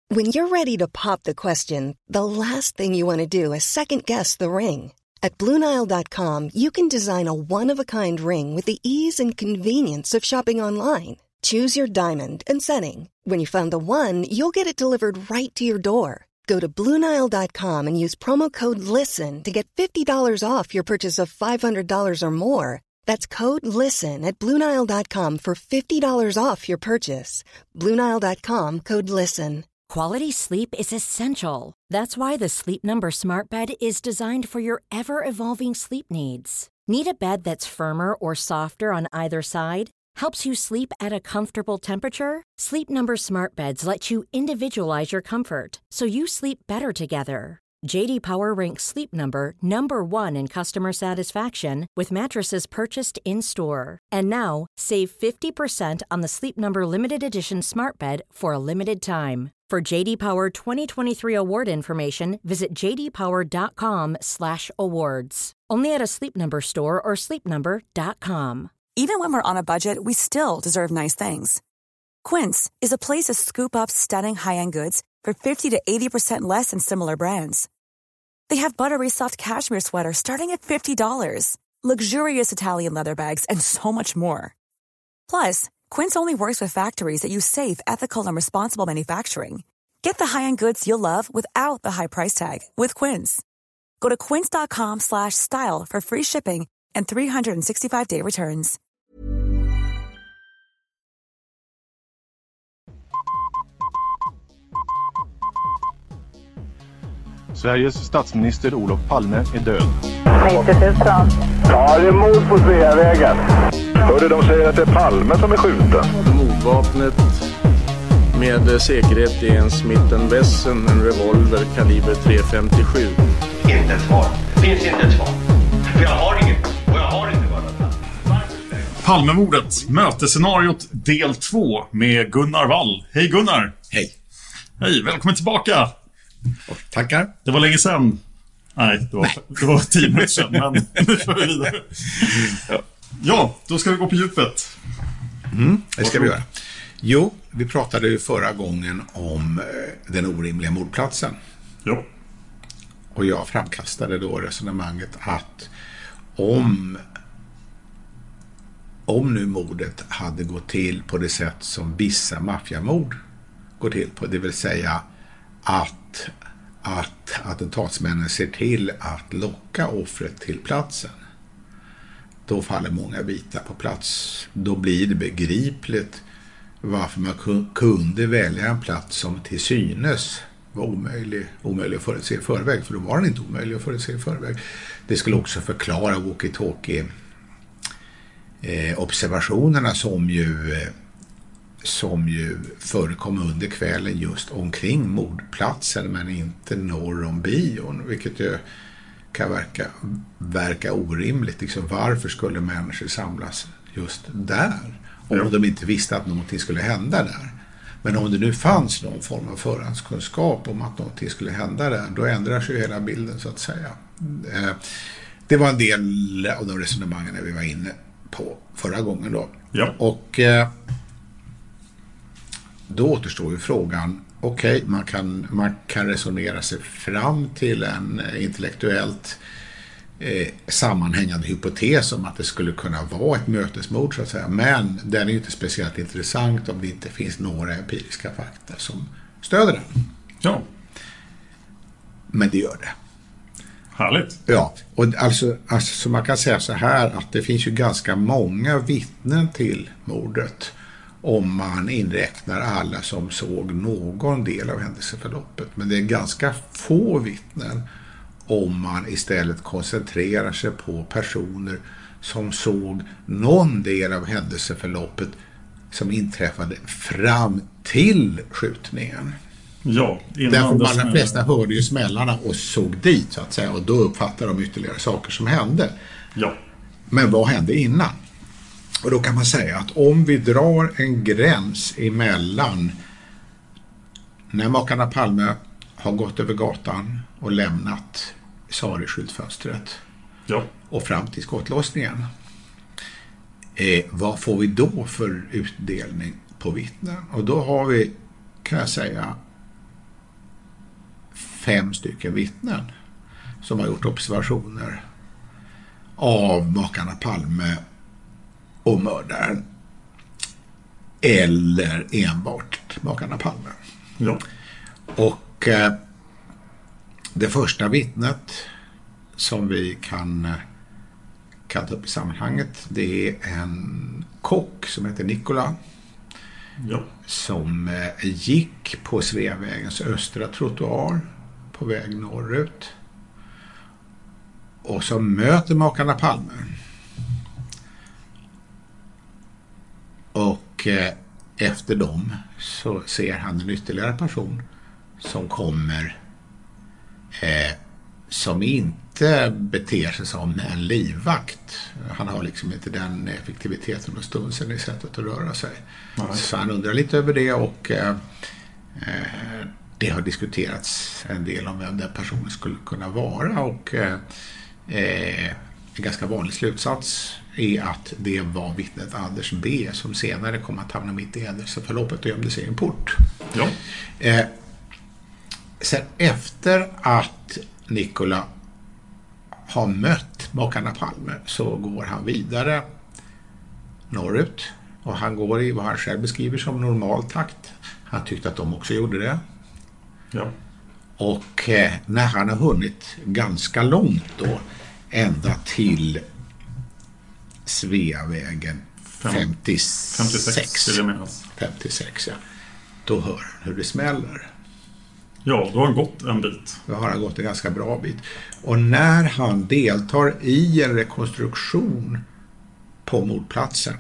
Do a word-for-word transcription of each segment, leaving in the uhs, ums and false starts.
When you're ready to pop the question, the last thing you want to do is second-guess the ring. At Blue Nile dot com, you can design a one-of-a-kind ring with the ease and convenience of shopping online. Choose your diamond and setting. When you find the one, you'll get it delivered right to your door. Go to Blue Nile dot com and use promo code LISTEN to get fifty dollars off your purchase of five hundred dollars or more. That's code LISTEN at Blue Nile dot com for fifty dollars off your purchase. Blue Nile dot com, code LISTEN. Quality sleep is essential. That's why the Sleep Number Smart Bed is designed for your ever-evolving sleep needs. Need a bed that's firmer or softer on either side? Helps you sleep at a comfortable temperature? Sleep Number Smart Beds let you individualize your comfort, so you sleep better together. J D Power ranks Sleep Number number one in customer satisfaction with mattresses purchased in-store. And now, save fifty percent on the Sleep Number Limited Edition Smart Bed for a limited time. For J D Power twenty twenty-three award information, visit j d power dot com slash awards. Only at a Sleep Number store or sleep number dot com. Even when we're on a budget, we still deserve nice things. Quince is a place to scoop up stunning high-end goods for fifty to eighty percent less than similar brands. They have buttery soft cashmere sweaters starting at fifty dollars, luxurious Italian leather bags, and so much more. Plus, Quince only works with factories that use safe, ethical, and responsible manufacturing. Get the high-end goods you'll love without the high price tag with Quince. Go to quince dot com slash style for free shipping and three hundred sixty-five day returns. Sveriges statsminister Olof Palme är död. nittio tusen. Ja, det är mord på Sveavägen. Hörde de säger att det är Palme som är skjuten. Mordvapnet med säkerhet är en Smith and Wesson, en revolver kaliber tre femtiosju. Inte ett svar. Finns inte ett svar. För jag har inget. Och jag har inte varit. Palmemordet, mötescenariot del två med Gunnar Wall. Hej Gunnar. Hej. Hej, välkommen tillbaka. Och tackar. Det var länge sedan. Nej, det var, det var tio minuter sedan, men nu kör vi vidare. Ja. ja, då ska vi gå på djupet. Mm, det ska vi göra. Jo, vi pratade ju förra gången om den orimliga mordplatsen. Jo. Och jag framkastade då resonemanget att om om nu mordet hade gått till på det sätt som vissa maffiamord går till på, det vill säga att att attentatsmännen ser till att locka offret till platsen, då faller många bitar på plats. Då blir det begripligt varför man kunde välja en plats som till synes var omöjlig, omöjlig att förutse i förväg, för då var den inte omöjlig att förutse i förväg. Det skulle också förklara walkie-talkie eh, observationerna som ju eh, som ju förekom under kvällen just omkring mordplatsen, men inte norr om bion, vilket ju kan verka, verka orimligt. Liksom, varför skulle människor samlas just där om ja. de inte visste att någonting skulle hända där? Men om det nu fanns någon form av förhandskunskap om att någonting skulle hända där, då ändrar sig hela bilden så att säga. Det var en del av de resonemangen vi var inne på förra gången då. Ja. Och då återstår ju frågan, okej, okay, man, kan, man kan resonera sig fram till en intellektuellt eh, sammanhängande hypotes om att det skulle kunna vara ett mötesmord så att säga, men den är ju inte speciellt intressant om det inte finns några empiriska fakta som stöder den. Ja. Men det gör det. Härligt. Ja, och alltså, alltså så man kan säga så här att det finns ju ganska många vittnen till mordet om man inräknar alla som såg någon del av händelseförloppet. Men det är ganska få vittnen om man istället koncentrerar sig på personer som såg någon del av händelseförloppet som inträffade fram till skjutningen. Ja, därför man de flesta hörde ju smällarna och såg dit så att säga, och då uppfattar de ytterligare saker som hände. Ja. Men vad hände innan? Och då kan man säga att om vi drar en gräns emellan när makarna Palme har gått över gatan och lämnat Sari-skyltfönstret ja. och fram till skottlossningen, eh, vad får vi då för utdelning på vittnen? Och då har vi, kan jag säga, fem stycken vittnen som har gjort observationer av makarna Palme och mördaren, eller enbart makarna Palme. Ja. Och eh, det första vittnet som vi kan, kan ta upp i sammanhanget, det är en kock som heter Nikola. Ja. Som eh, gick på Sveavägens östra trottoar på väg norrut. Och som möter makarna Palme. Och eh, efter dem så ser han en ytterligare person som kommer eh, som inte beter sig som en livvakt. Han har liksom inte den effektiviteten och stunsen i sättet att röra sig. Nej. Så han undrar lite över det, och eh, det har diskuterats en del om vem den personen skulle kunna vara, och eh, en ganska vanlig slutsats är att det var vittnet Anders B som senare kom att hamna mitt i händelseförloppet och gömde sig i en port. Ja. Eh, sen efter att Nikola har mött makarna Palme så går han vidare norrut, och han går i vad han själv beskriver som normal takt. Han tyckte att de också gjorde det. Ja. Och eh, när han har hunnit ganska långt då, ända till Sveavägen femtiosex, femtiosex vill jag minnas. femtiosex, ja. Då hör han hur det smäller. Ja, då har han gått en bit. Då har han gått en ganska bra bit. Och när han deltar i en rekonstruktion på mordplatsen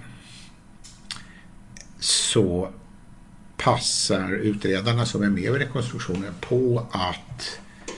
så passar utredarna som är med i rekonstruktionen på att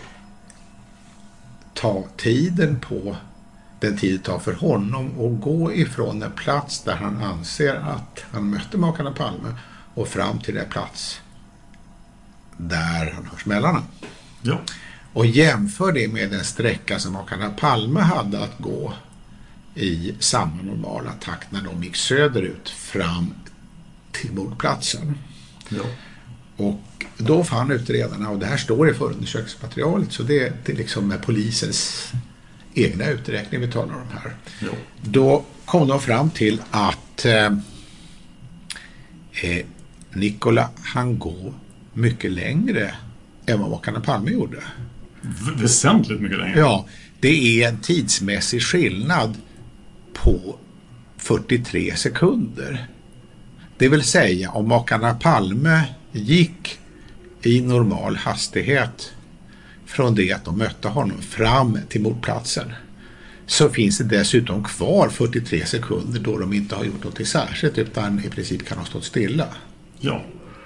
ta tiden på den tid det tar för honom och gå ifrån en plats där han anser att han mötte makarna Palme och fram till den plats där han hör smällarna. Ja. Och jämför det med den sträcka som makarna Palme hade att gå i samma normala takt när de gick söderut fram till mordplatsen. Ja. Och då fann utredarna, och det här står i förundersökningsmaterialet, så det, det är liksom med polisens egna uträkning vi talar om här. Ja. Då kom de fram till att eh, eh, Nikola han går mycket längre än vad makarna Palme gjorde. V- väsentligt mycket längre. Ja, det är en tidsmässig skillnad på fyrtiotre sekunder. Det vill säga, om makarna Palme gick i normal hastighet från det att de mötte honom fram till mordplatsen, så finns det dessutom kvar fyrtiotre sekunder då de inte har gjort något särskilt utan i princip kan ha stått stilla. Ja.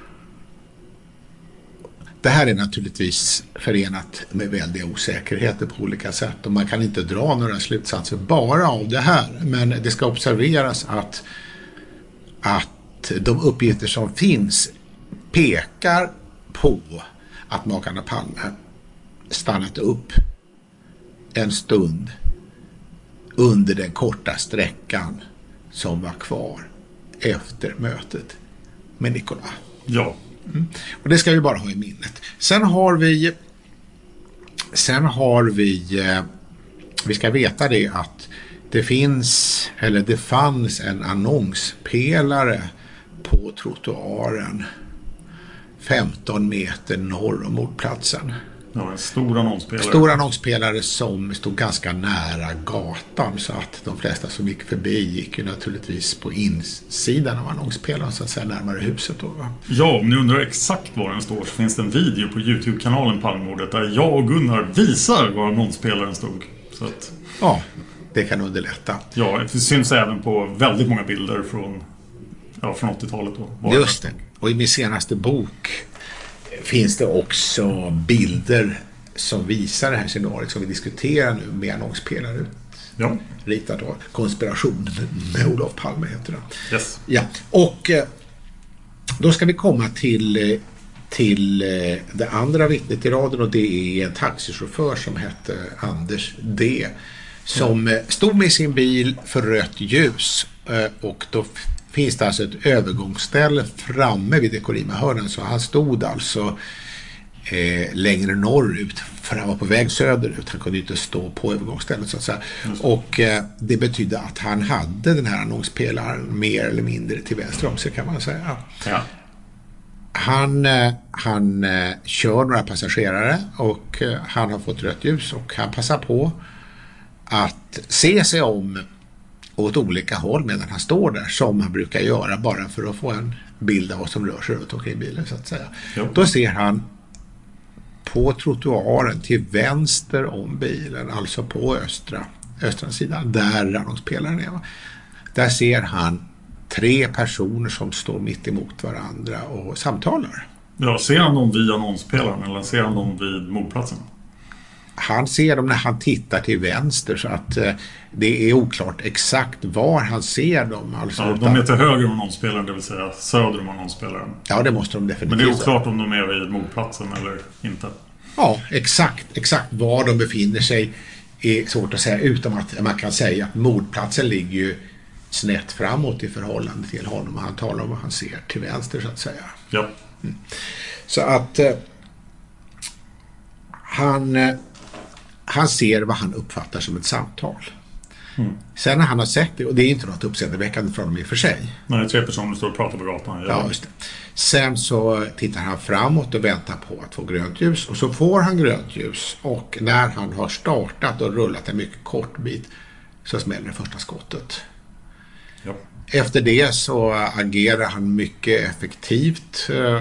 Det här är naturligtvis förenat med väldiga osäkerheter på olika sätt, och man kan inte dra några slutsatser bara av det här, men det ska observeras att att de uppgifter som finns pekar på att makarna Palme stannat upp en stund under den korta sträckan som var kvar efter mötet med Nikola. Ja. Mm. Och det ska vi bara ha i minnet. Sen har vi sen har vi eh, vi ska veta det att det finns, eller det fanns en annonspelare på trottoaren femton meter norr om mordplatsen. Ja, en stor annonspelare. Stor annonspelare som stod ganska nära gatan, så att de flesta som gick förbi gick ju naturligtvis på insidan av annonspelaren, så att säga närmare huset då, va? Ja, om ni undrar exakt var den står så finns det en video på YouTube-kanalen Palmemordet där jag och Gunnar visar var annonspelaren stod. Så att... Ja, det kan underlätta. Ja, det syns även på väldigt många bilder från, ja, från åttiotalet då. Just det. Och i min senaste bok finns det också bilder som visar det här scenariot som vi diskuterar nu med annonspelare. Ja. Ritat då. Konspiration med Olof Palme heter det. Yes. Ja. Och då ska vi komma till, till det andra vittnet i raden, och det är en taxichaufför som hette Anders D. Som mm. stod med sin bil för rött ljus, och då finns det alltså ett övergångsställe framme vid Dekorima-hörnan, så han stod alltså eh, längre norrut, för han var på väg söderut. Han kunde inte stå på övergångsstället så att säga. Mm. Och eh, det betydde att han hade den här annonspelaren mer eller mindre till vänster om sig, kan man säga. Ja. Han, eh, han eh, kör några passagerare och eh, han har fått rött ljus och han passar på att se sig om åt olika håll medan han står där, som han brukar göra bara för att få en bild av vad som rör sig runt omkring bilen så att säga. Jo. Då ser han på trottoaren till vänster om bilen, alltså på östra, östra sidan, där annonspelaren är. Där ser han tre personer som står mitt emot varandra och samtalar. Ja, ser han dem vid annonspelaren eller ser han dem vid mordplatsen? Han ser dem när han tittar till vänster, så att eh, det är oklart exakt var han ser dem. Alltså, ja, de är till höger om annonsspelaren, det vill säga söder om annonsspelaren. Ja, det måste de definitivt. Men det är oklart om de är vid mordplatsen eller inte. Ja, exakt, exakt var de befinner sig är svårt att säga, utom att man kan säga att mordplatsen ligger ju snett framåt i förhållande till honom. Han talar om vad han ser till vänster så att säga. Ja. Mm. Så att eh, han, eh, han ser vad han uppfattar som ett samtal. Mm. Sen när han har sett det, och det är inte något uppseendeväckande från dem i och för sig. Nej, tre personer står och pratar på gatan. Ja. Ja, just det. Sen så tittar han framåt och väntar på att få grönt ljus. Och så får han grönt ljus. Och när han har startat och rullat en mycket kort bit så smäller det första skottet. Ja. Efter det så agerar han mycket effektivt eh,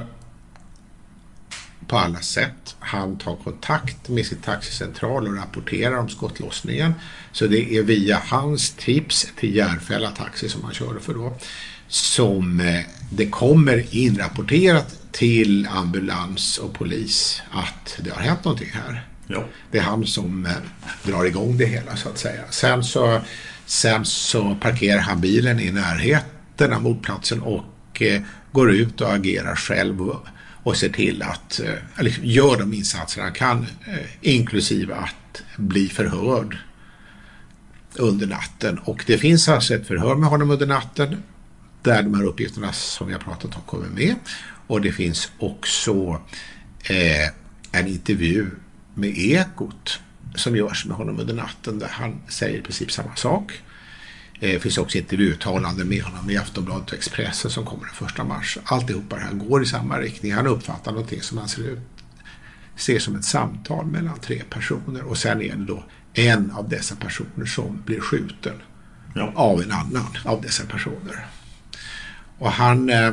på alla sätt. Han tar kontakt med sin taxicentral och rapporterar om skottlossningen. Så det är via hans tips till Järfälla taxi som han körde för då som eh, det kommer inrapporterat till ambulans och polis att det har hänt någonting här. Ja. Det är han som eh, drar igång det hela så att säga. Sen så, sen så parkerar han bilen i närheten av mordplatsen och eh, går ut och agerar själv och, och ser till att eh, liksom gör de insatser han kan, eh, inklusive att bli förhörd under natten. Och det finns alltså ett förhör med honom under natten där de här uppgifterna som vi har pratat om kommer med. Och det finns också eh, en intervju med Ekot som görs med honom under natten där han säger i princip samma sak. Eh, det finns också intervjuuttalanden med honom i Aftonbladet och Expressen som kommer den första mars. Alltihopa här går i samma riktning. Han uppfattar någonting som han ser ut ser som ett samtal mellan tre personer och sen är det då en av dessa personer som blir skjuten ja. av en annan av dessa personer. Och han eh,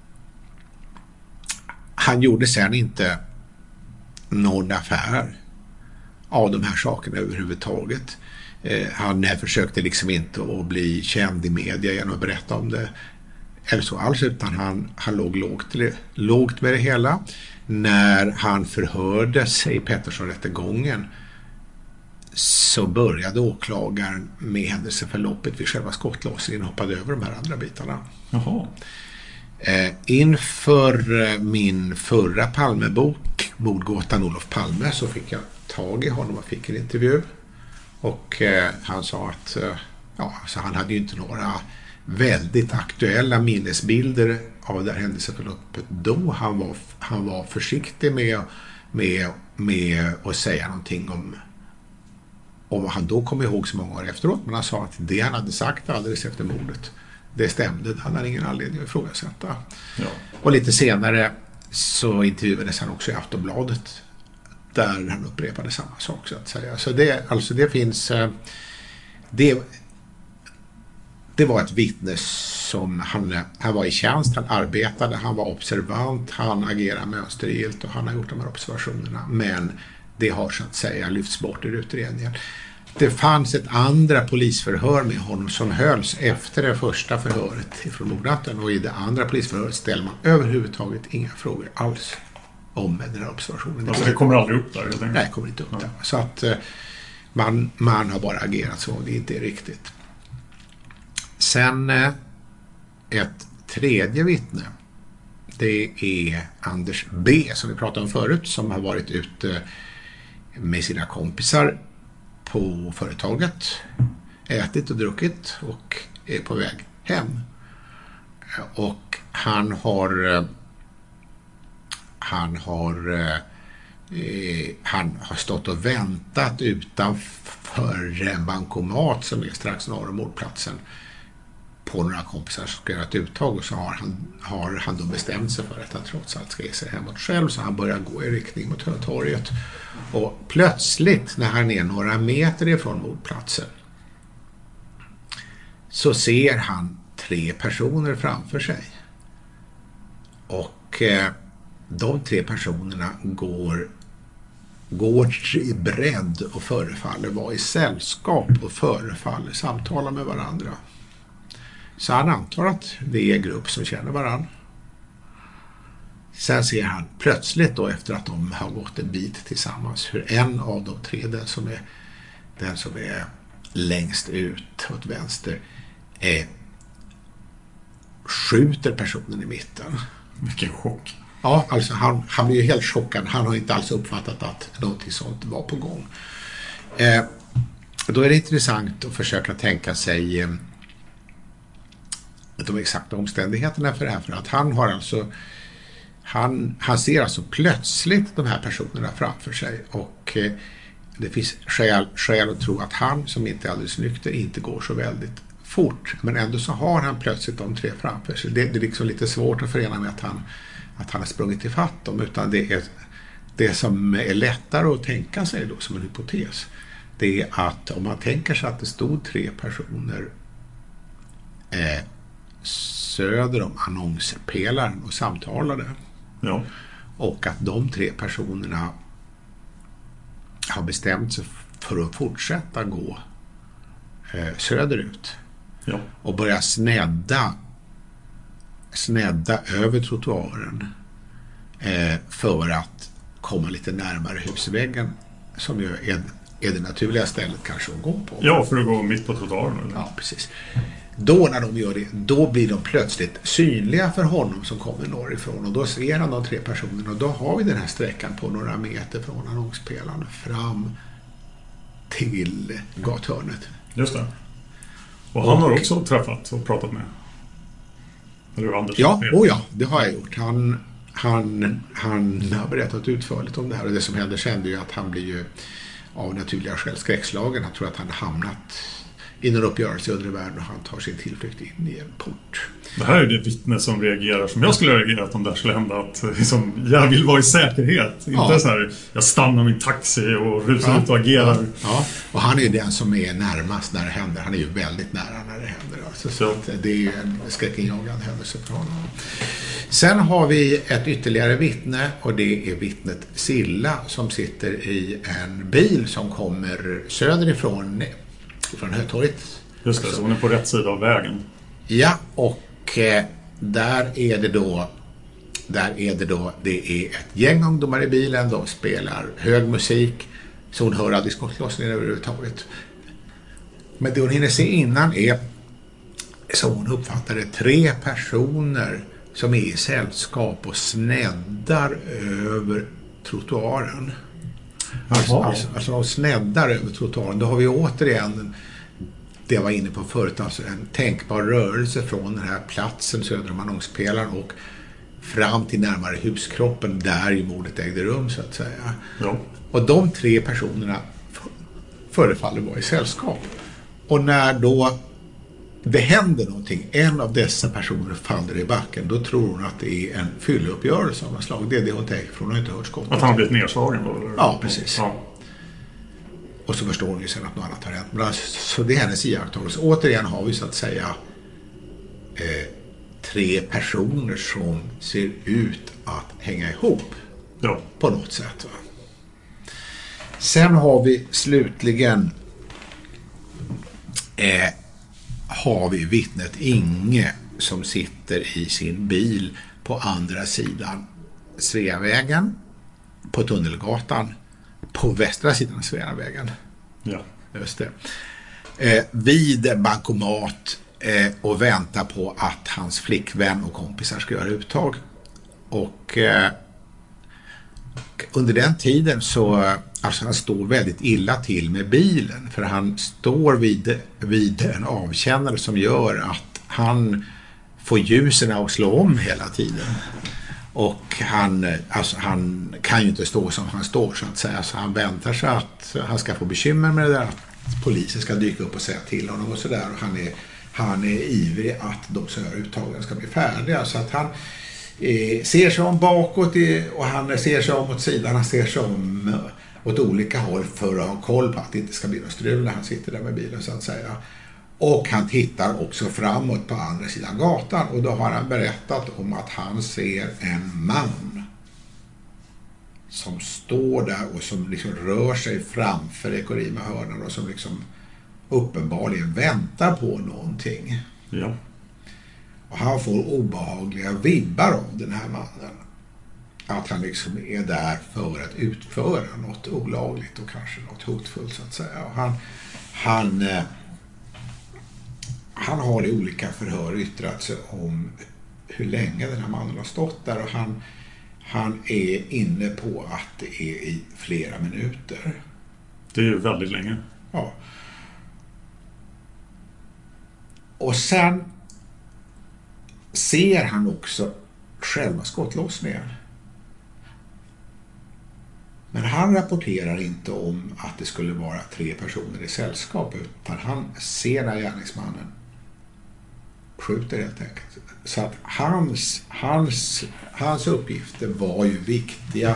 han gjorde sen inte någon affär av de här sakerna överhuvudtaget. Eh, han eh, försökte liksom inte att bli känd i media genom att berätta om det eller så alls, utan han, han låg lågt, lågt med det hela. När han förhördes i Pettersson-rättegången så började åklagaren med händelseförloppet vid själva skottlossningen och hoppade över de här andra bitarna. Jaha. Eh, inför min förra Palmebok, Mordgåtan Olof Palme, så fick jag tag i honom och fick en intervju. Och eh, han sa att eh, ja, så han hade ju inte några väldigt aktuella minnesbilder av det här händelseförloppet då. Han var, han var försiktig med, med, med att säga någonting om och vad han då kom ihåg så många år efteråt, men han sa att det han hade sagt alldeles efter mordet, det stämde. Han hade ingen anledning att ifrågasätta. Ja. Och lite senare så intervjuades han också i Aftonbladet där han upprepade samma sak så att säga. Så det, alltså det finns det, det var ett vittne som han, han var i tjänst, han arbetade, han var observant, han agerade mönstergillt och han har gjort de här observationerna, men det har så att säga lyfts bort ur utredningen. Det fanns ett andra polisförhör med honom som hölls efter det första förhöret från mordnatten, och i det andra polisförhöret ställer man överhuvudtaget inga frågor alls om den här observationen. Alltså det kommer aldrig upp där? Helt Nej, det kommer inte upp ja. där. Så att man, man har bara agerat så, det är inte riktigt. Sen ett tredje vittne, det är Anders B som vi pratade om förut, som har varit ute med sina kompisar på företaget, ätit och druckit och är på väg hem. Och han har han har eh, han har stått och väntat utanför en bankomat som är strax norr om mordplatsen på några kompisar som ska göra ett uttag, och så har han, har han då bestämt sig för att han trots allt ska ge sig hemåt själv, så han börjar gå i riktning mot Hötorget. Och plötsligt när han är några meter ifrån mordplatsen så ser han tre personer framför sig. Och eh, de tre personerna går, går i bredd och förefaller vara i sällskap och förefaller samtala med varandra. Så han antar att det är en grupp som känner varandra. Sen ser han plötsligt då, efter att de har gått en bit tillsammans, hur en av de tre, den som är, den som är längst ut åt vänster, är, skjuter personen i mitten. Vilken chock. Ja, alltså han, han blir ju helt chockad. Han har inte alls uppfattat att någonting sånt var på gång. Eh, då är det intressant att försöka tänka sig eh, de exakta omständigheterna för det här. För att han har alltså han, han ser alltså plötsligt de här personerna framför sig, och eh, det finns skäl, skäl att tro att han, som inte är alldeles nykter, inte går så väldigt fort. Men ändå så har han plötsligt de tre framför sig. Det, det är liksom lite svårt att förena med att han, att han har sprungit ifatt dem, utan det är det som är lättare att tänka sig då som en hypotes. Det är att om man tänker sig att det stod tre personer eh, söder om annonspelaren och samtalade. Ja. Och att de tre personerna har bestämt sig för att fortsätta gå eh, söderut. Ja. Och börja snedda snedda över trottoaren eh, för att komma lite närmare husväggen, som ju är, är det naturliga stället kanske att gå på. Ja, för att gå mitt på trottoaren. Eller? Ja, precis. Då när de gör det, då blir de plötsligt synliga för honom som kommer norrifrån, och då ser han de tre personerna, och då har vi den här sträckan på några meter från annonspelaren fram till gathörnet. Just det. Och han och, har också träffat och pratat med. Eller Anders? Ja, oh ja, det har jag gjort. Han, han, han har berättat utförligt om det här, och det som händer sen är ju att han blir ju av naturliga skäl skräckslagen. Han tror att han har hamnat i en uppgörelse under världen, och han tar sin tillflykt in i en port. Det här är det vittne som reagerar som jag skulle reagera om det här skulle hända. Att liksom, jag vill vara i säkerhet. Ja. Inte så här, jag stannar min taxi och rusar ja. ut och agerar. Ja. Ja, och han är ju den som är närmast när det händer. Han är ju väldigt nära när det händer. Alltså, så ja. att det är ju en skräckinjagande händelse för honom. Sen har vi ett ytterligare vittne, och det är vittnet Silla som sitter i en bil som kommer söderifrån från Hötorget. Just det, alltså, så hon är på rätt sida av vägen. Ja, och eh, där är det då där är det då det är ett gäng ungdomar i bilen, de spelar hög musik så hon hör aldrig skottlossningen överhuvudtaget. Men det hon hinner se innan är, som hon uppfattar det, tre personer som är i sällskap och snäddar över trottoaren. Alltså, alltså, alltså de snäddar över trottoaren. Då har vi återigen det jag var inne på förut, alltså en tänkbar rörelse från den här platsen söder om annonspelaren och fram till närmare huskroppen där i mordet ägde rum, så att säga. Ja. Och de tre personerna förefaller vara i sällskap. Och när då det händer någonting, en av dessa personer faller i backen, då tror hon att det är en fylleuppgörelse av något slag. Det är det hon tänker, för hon har inte hört skottet. Att han har blivit nedslagen då? Eller? Ja, precis. Ja. Och så förstår hon ju sen att något annat har hänt. Men alltså, så det är hennes iakttagelse. Återigen har vi så att säga eh, tre personer som ser ut att hänga ihop. Ja. På något sätt. Va? Sen har vi slutligen eh, har vi vittnet Inge som sitter i sin bil på andra sidan Sveavägen, på Tunnelgatan, på västra sidan Sveavägen. Ja. Just det. Eh, vid en bankomat eh, och väntar på att hans flickvän och kompisar ska göra uttag. Och eh, under den tiden så, alltså han står väldigt illa till med bilen, för han står vid, vid en avkännare som gör att han får ljusen att slå om hela tiden. Och han, alltså, han kan ju inte stå som han står så att säga. Så han väntar sig att han ska få bekymmer med det där. Att polisen ska dyka upp och säga till honom och sådär. Och han är, han är ivrig att de så här uttagen ska bli färdiga. Så att han eh, ser sig om bakåt i, och han ser sig om åt sidan. Han ser sig om åt olika håll för att ha koll på att det inte ska bli något strul när han sitter där med bilen så att säga. Och han tittar också framåt på andra sidan gatan och då har han berättat om att han ser en man som står där och som liksom rör sig framför Ekorima-hörnan och som liksom uppenbarligen väntar på någonting. Ja. Och han får obehagliga vibbar av den här mannen. Att han liksom är där för att utföra något olagligt och kanske något hotfullt så att säga. Och han, han, han har i olika förhör yttrat sig om hur länge den här mannen har stått där och han, han är inne på att det är i flera minuter. Det är ju väldigt länge. Ja. Och sen ser han också själva skottlossningen. Men han rapporterar inte om att det skulle vara tre personer i sällskap utan han ser när gärningsmannen skjuter helt enkelt. Så att hans, hans, hans uppgifter var ju viktiga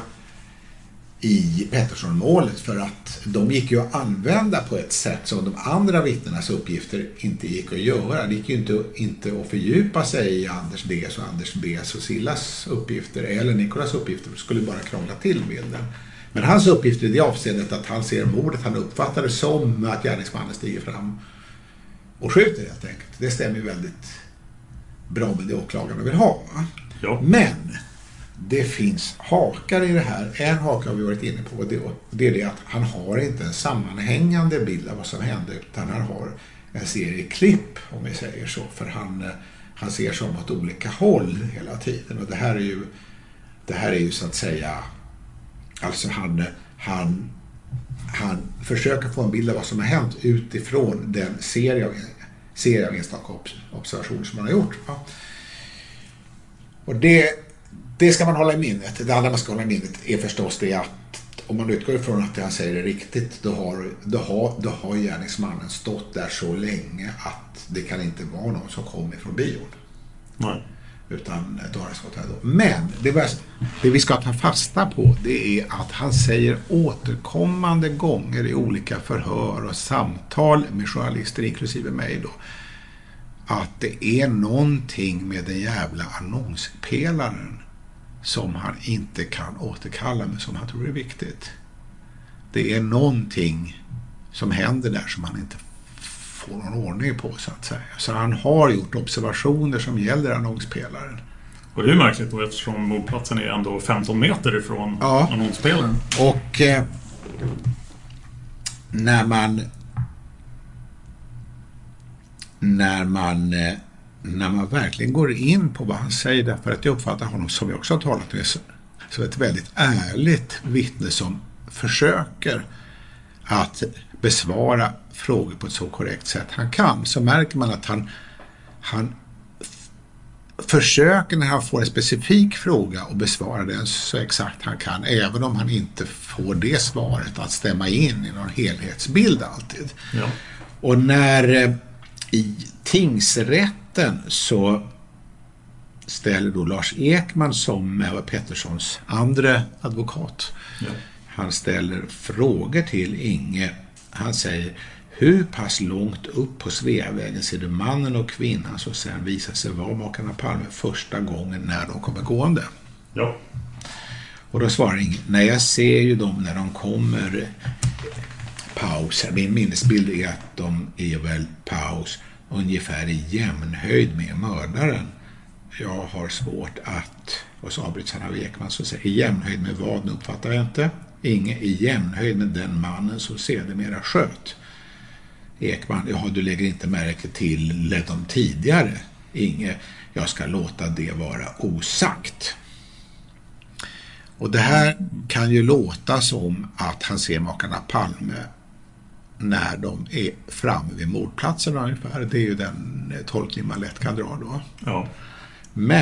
i Pettersson-målet för att de gick ju att använda på ett sätt som de andra vittnenas uppgifter inte gick att göra. Det gick ju inte, inte att fördjupa sig i Anders D's och Anders B's och Sillas uppgifter eller Nikolas uppgifter, det skulle bara krångla till bilden. Men hans uppgift är det avseendet att han ser mordet, han uppfattar det som att gärningsmannen stiger fram och skjuter helt enkelt. Det stämmer ju väldigt bra med det åklagarna vill ha. Ja. Men det finns hakar i det här. En haka har vi varit inne på och det, det är det att han har inte en sammanhängande bild av vad som hände utan han har en serie klipp om vi säger så. För han, han ser som åt olika håll hela tiden och det här är ju, det här är ju så att säga alltså han, han, han försöker få en bild av vad som har hänt utifrån den serie av, serie av enstaka observationer som han har gjort. Ja. Och det, det ska man hålla i minnet. Det andra man ska hålla i minnet är förstås det att om man utgår ifrån att det han säger är riktigt då har, då har, då har gärningsmannen stått där så länge att det kan inte vara någon som kommer från bion. Nej. Utan då har det stått här då. Men det, var, det vi ska ta fasta på det är att han säger återkommande gånger i olika förhör och samtal med journalister inklusive mig då att det är någonting med den jävla annonspelaren som han inte kan återkalla men som han tror är viktigt. Det är någonting som händer där som han inte får någon ordning på så att säga. Så han har gjort observationer som gäller annonspelaren. Och det är ju märkligt då eftersom mordplatsen är ändå femton meter ifrån ja. annonsspelaren. Och eh, när man när man eh, när man verkligen går in på vad han säger därför att jag uppfattar honom som vi också har talat med som ett väldigt ärligt vittne som försöker att besvara frågor på ett så korrekt sätt han kan så märker man att han han f- försöker när han får en specifik fråga och besvara den så exakt han kan även om han inte får det svaret att stämma in i någon helhetsbild alltid. Ja. Och när eh, i tingsrätten så ställer då Lars Ekman som var Petterssons andra advokat. Ja. Han ställer frågor till Inge. Han säger hur pass långt upp på Sveavägen ser du mannen och kvinnan som sen visar sig vara makarna Palme första gången när de kommer gående? Ja. Och då svarar Inge, nej jag ser ju dem när de kommer paus. Min minnesbild är att de är väl paus ungefär i jämnhöjd med mördaren. Jag har svårt att, och så avbryts han av Ekman så säger i jämnhöjd med vad, nu uppfattar jag inte. Inge i jämnhöjd med den mannen som sedermera sköt. Ekman, ja du lägger inte märke till dem tidigare. Inge, jag ska låta det vara osagt. Och det här kan ju låta som att han ser makarna Palme när de är framme vid mordplatsen ungefär. Det är ju den tolkning man lätt kan dra då. Ja. Men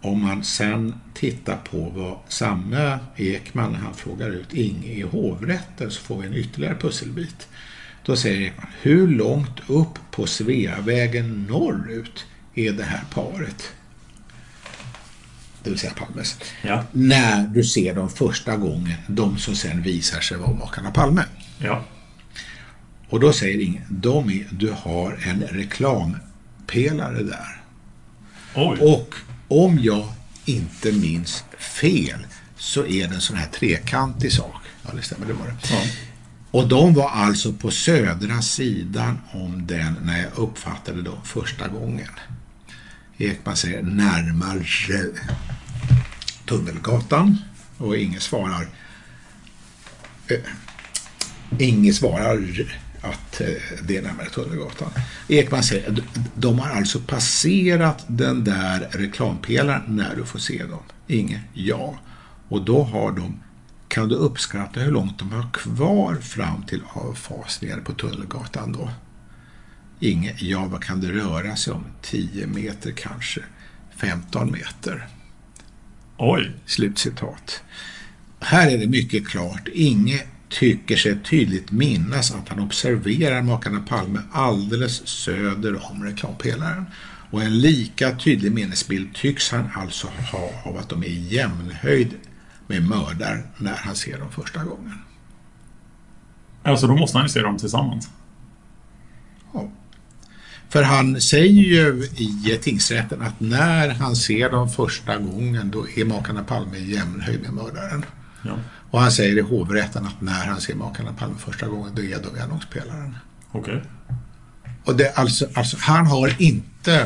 om man sen tittar på vad samme Ekman, han frågar ut Inge i hovrätten, så får vi en ytterligare pusselbit. Då säger Ekman, hur långt upp på Sveavägen norrut är det här paret? Det vill säga Palmes. Ja. När du ser dem första gången, de som sen visar sig vara makarna Palme. Ja. Och då säger Inge, de är, du har en reklampelare där. Oj. Och om jag inte minns fel så är det en sån här trekantig sak. Ja, det stämmer, det var det. Ja. Och de var alltså på södra sidan om den när jag uppfattade dem första gången. Ekman säger närmare Tunnelgatan och Inge svarar äh, Inge svarar att äh, det är närmare Tunnelgatan. Ekman säger de har alltså passerat den där reklampelaren när du får se dem. Inge, ja. Och då har de, kan du uppskatta hur långt de har kvar fram till avfas nere på Tunnelgatan då? Inge, ja, vad kan det röra sig om? tio meter kanske, femton meter. Oj. Slutcitat. Här är det mycket klart. Inge tycker sig tydligt minnas att han observerar makarna Palme alldeles söder om reklampelaren. Och en lika tydlig minnesbild tycks han alltså ha av att de är i jämnhöjd med mördaren när han ser dem första gången. Alltså då måste han ju se dem tillsammans. Ja. För han säger ju i tingsrätten att när han ser dem första gången då är makarna Palme i jämnhöjd med mördaren. Ja. Och han säger i hovrätten att när han ser makarna Palme första gången då är de i annonspelaren. Okej. Okay. Och det, alltså, alltså, han har inte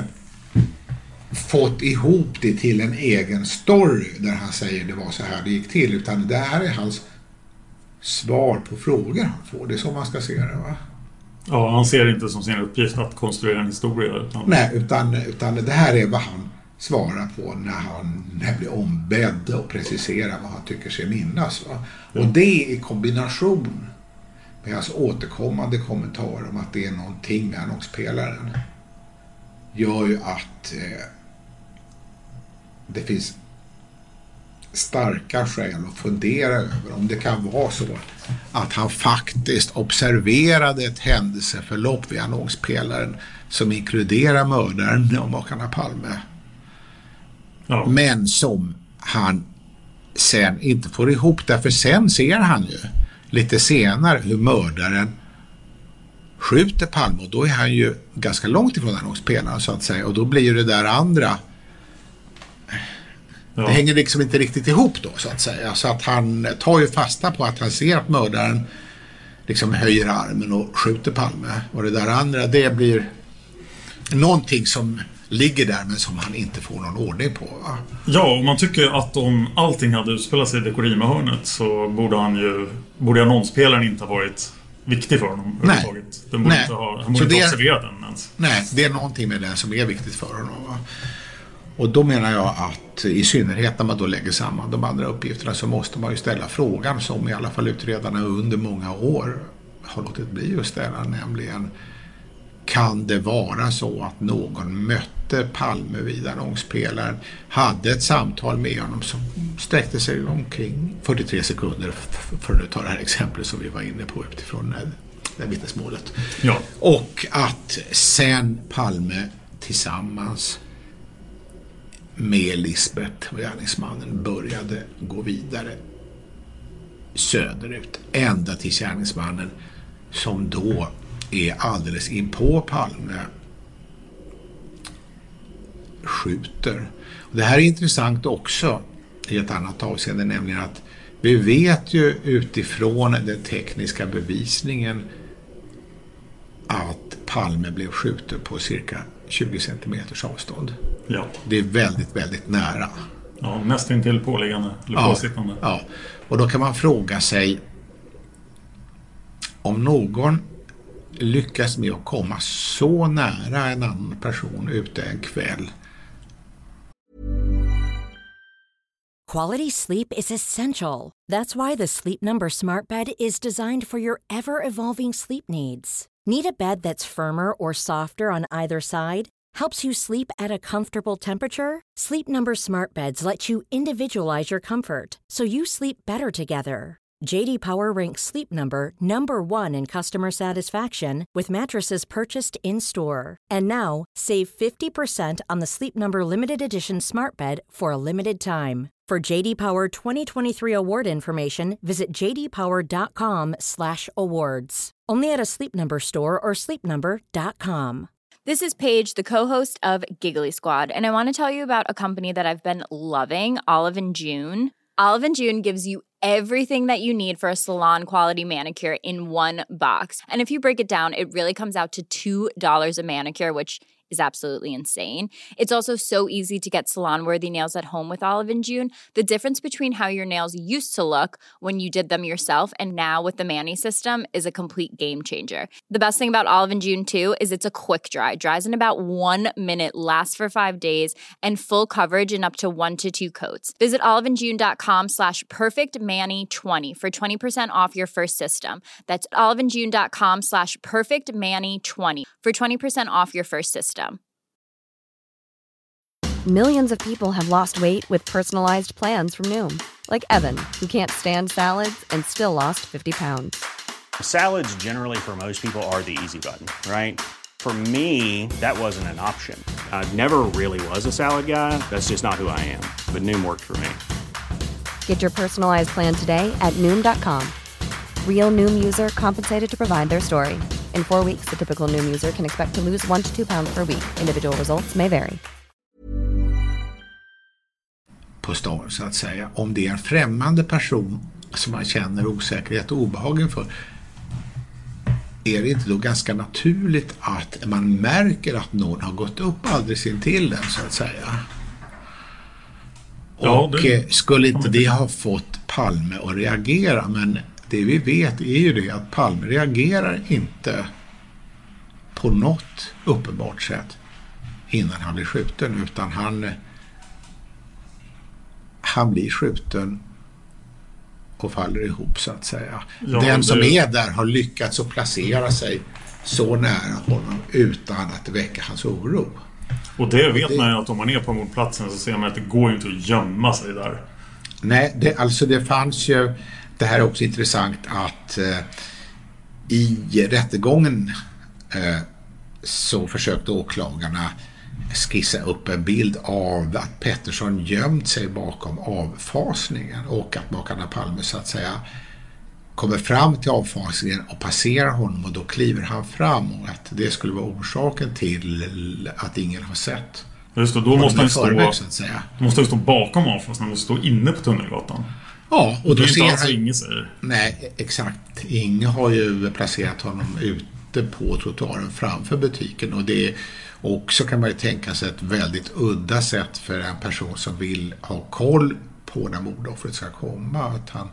fått ihop det till en egen story där han säger det var så här det gick till, utan det här är hans svar på frågor han får. Det är så man ska se det, va? Ja, han ser inte som sin uppgift att konstruera en historia. Utan... Nej, utan, utan det här är vad han svarar på när han när blir ombedd och preciserar vad han tycker sig minnas. Va? Ja. Och det i kombination med hans återkommande kommentar om att det är någonting med annonspelaren gör ju att eh, det finns starka skäl att fundera över om det kan vara så att han faktiskt observerade ett händelseförlopp vid annonspelaren som inkluderar mördaren och makarna Palme. Ja. Men som han sen inte får ihop, därför sen ser han ju lite senare hur mördaren skjuter Palme och då är han ju ganska långt ifrån annonspelaren så att säga, och då blir ju det där andra ja. Det hänger liksom inte riktigt ihop då så att säga, så att han tar ju fasta på att han ser att mördaren liksom höjer armen och skjuter Palme, och det där andra det blir någonting som ligger där men som han inte får någon ordning på, va? Ja, och man tycker att om allting hade utspelat sig i Dekorima-hörnet så borde han ju borde annonspelaren inte ha varit viktig för honom överhuvudtaget. Den borde inte ha, han borde inte observera den ens. Nej, det är någonting med den som är viktigt för honom, va? Och då menar jag att i synnerhet när man då lägger samman de andra uppgifterna så måste man ju ställa frågan som i alla fall utredarna under många år har låtit bli just den, nämligen kan det vara så att någon mötte Palme vid annonspelaren, hade ett samtal med honom som sträckte sig omkring fyrtiotre sekunder för att ta det här exemplet som vi var inne på utifrån det här vittnesmålet. Ja. Och att sen Palme tillsammans med Lisbeth och gärningsmannen började gå vidare söderut ända till gärningsmannen som då är alldeles in på Palme skjuter. Och det här är intressant också i ett annat avseende, nämligen att vi vet ju utifrån den tekniska bevisningen att Palme blev skjuten på cirka tjugo centimeters avstånd. Ja. Det är väldigt, väldigt nära. Ja, nästan till påliggande eller ja, påsittande. Ja, och då kan man fråga sig om någon lyckas med att komma så nära en annan person ute en kväll. Quality sleep is essential. That's why the Sleep Number Smart Bed is designed for your ever-evolving sleep needs. Need a bed that's firmer or softer on either side? helps you sleep at a comfortable temperature. Sleep Number smart beds let you individualize your comfort so you sleep better together. J D Power ranks Sleep Number number one in customer satisfaction with mattresses purchased in-store. And now, save fifty percent on the Sleep Number Limited Edition smart bed for a limited time. For J D Power twenty twenty-three award information, visit j d power dot com slash awards. Only at a Sleep Number store or sleep number dot com. This is Paige, the co-host of Giggly Squad, and I want to tell you about a company that I've been loving, Olive and June. Olive and June gives you everything that you need for a salon-quality manicure in one box. And if you break it down, it really comes out to two dollars a manicure, which is absolutely insane. It's also so easy to get salon-worthy nails at home with Olive and June. The difference between how your nails used to look when you did them yourself and now with the Mani system is a complete game changer. The best thing about Olive and June, too, is it's a quick dry. Dries in about one minute, lasts for five days, and full coverage in up to one to two coats. Visit oliveandjune.com slash perfectmani20 for twenty percent off your first system. That's oliveandjune.com slash perfectmani20 for twenty percent off your first system. Millions of people have lost weight with personalized plans from Noom. Like Evan, who can't stand salads and still lost fifty pounds. Salads generally for most people are the easy button, right? For me, that wasn't an option. I never really was a salad guy. That's just not who I am. But Noom worked for me. Get your personalized plan today at Noom dot com. Real Noom user compensated to provide their story. In four weeks, the typical Noom user can expect to lose one to two pounds per week. Individual results may vary. På stan, så att säga. Om det är en främmande person som man känner osäkerhet och obehag inför, är det inte då ganska naturligt att man märker att någon har gått upp alldeles intill den, så att säga? Ja, och det... skulle inte det ha fått Palme att reagera? Men det vi vet är ju det att Palme reagerar inte på något uppenbart sätt innan han blir skjuten, utan han han blir skjuten och faller ihop, så att säga. Ja, den som det... är där har lyckats att placera sig så nära honom utan att väcka hans oro. Och det vet det... man ju, att om man är på mordplatsen så ser man att det går inte att gömma sig där. Nej, det, alltså det fanns ju, det här är också intressant, att eh, i rättegången eh, så försökte åklagarna skissa upp en bild av att Pettersson gömt sig bakom avfasningen och att makarna Palme, så att säga, kommer fram till avfasningen och passerar honom, och då kliver han fram, och att det skulle vara orsaken till att ingen har sett. Just det, då måste han stå, förväg, så att säga. Då måste han stå bakom avfasningen, han måste stå inne på Tunnelgatan. Ja, och, och då ser han... alltså Inge säger. Nej, exakt. Inge har ju placerat honom ute på trottoaren framför butiken, och det är också, kan man ju tänka sig, ett väldigt udda sätt för en person som vill ha koll på när mordoffret ska komma, att han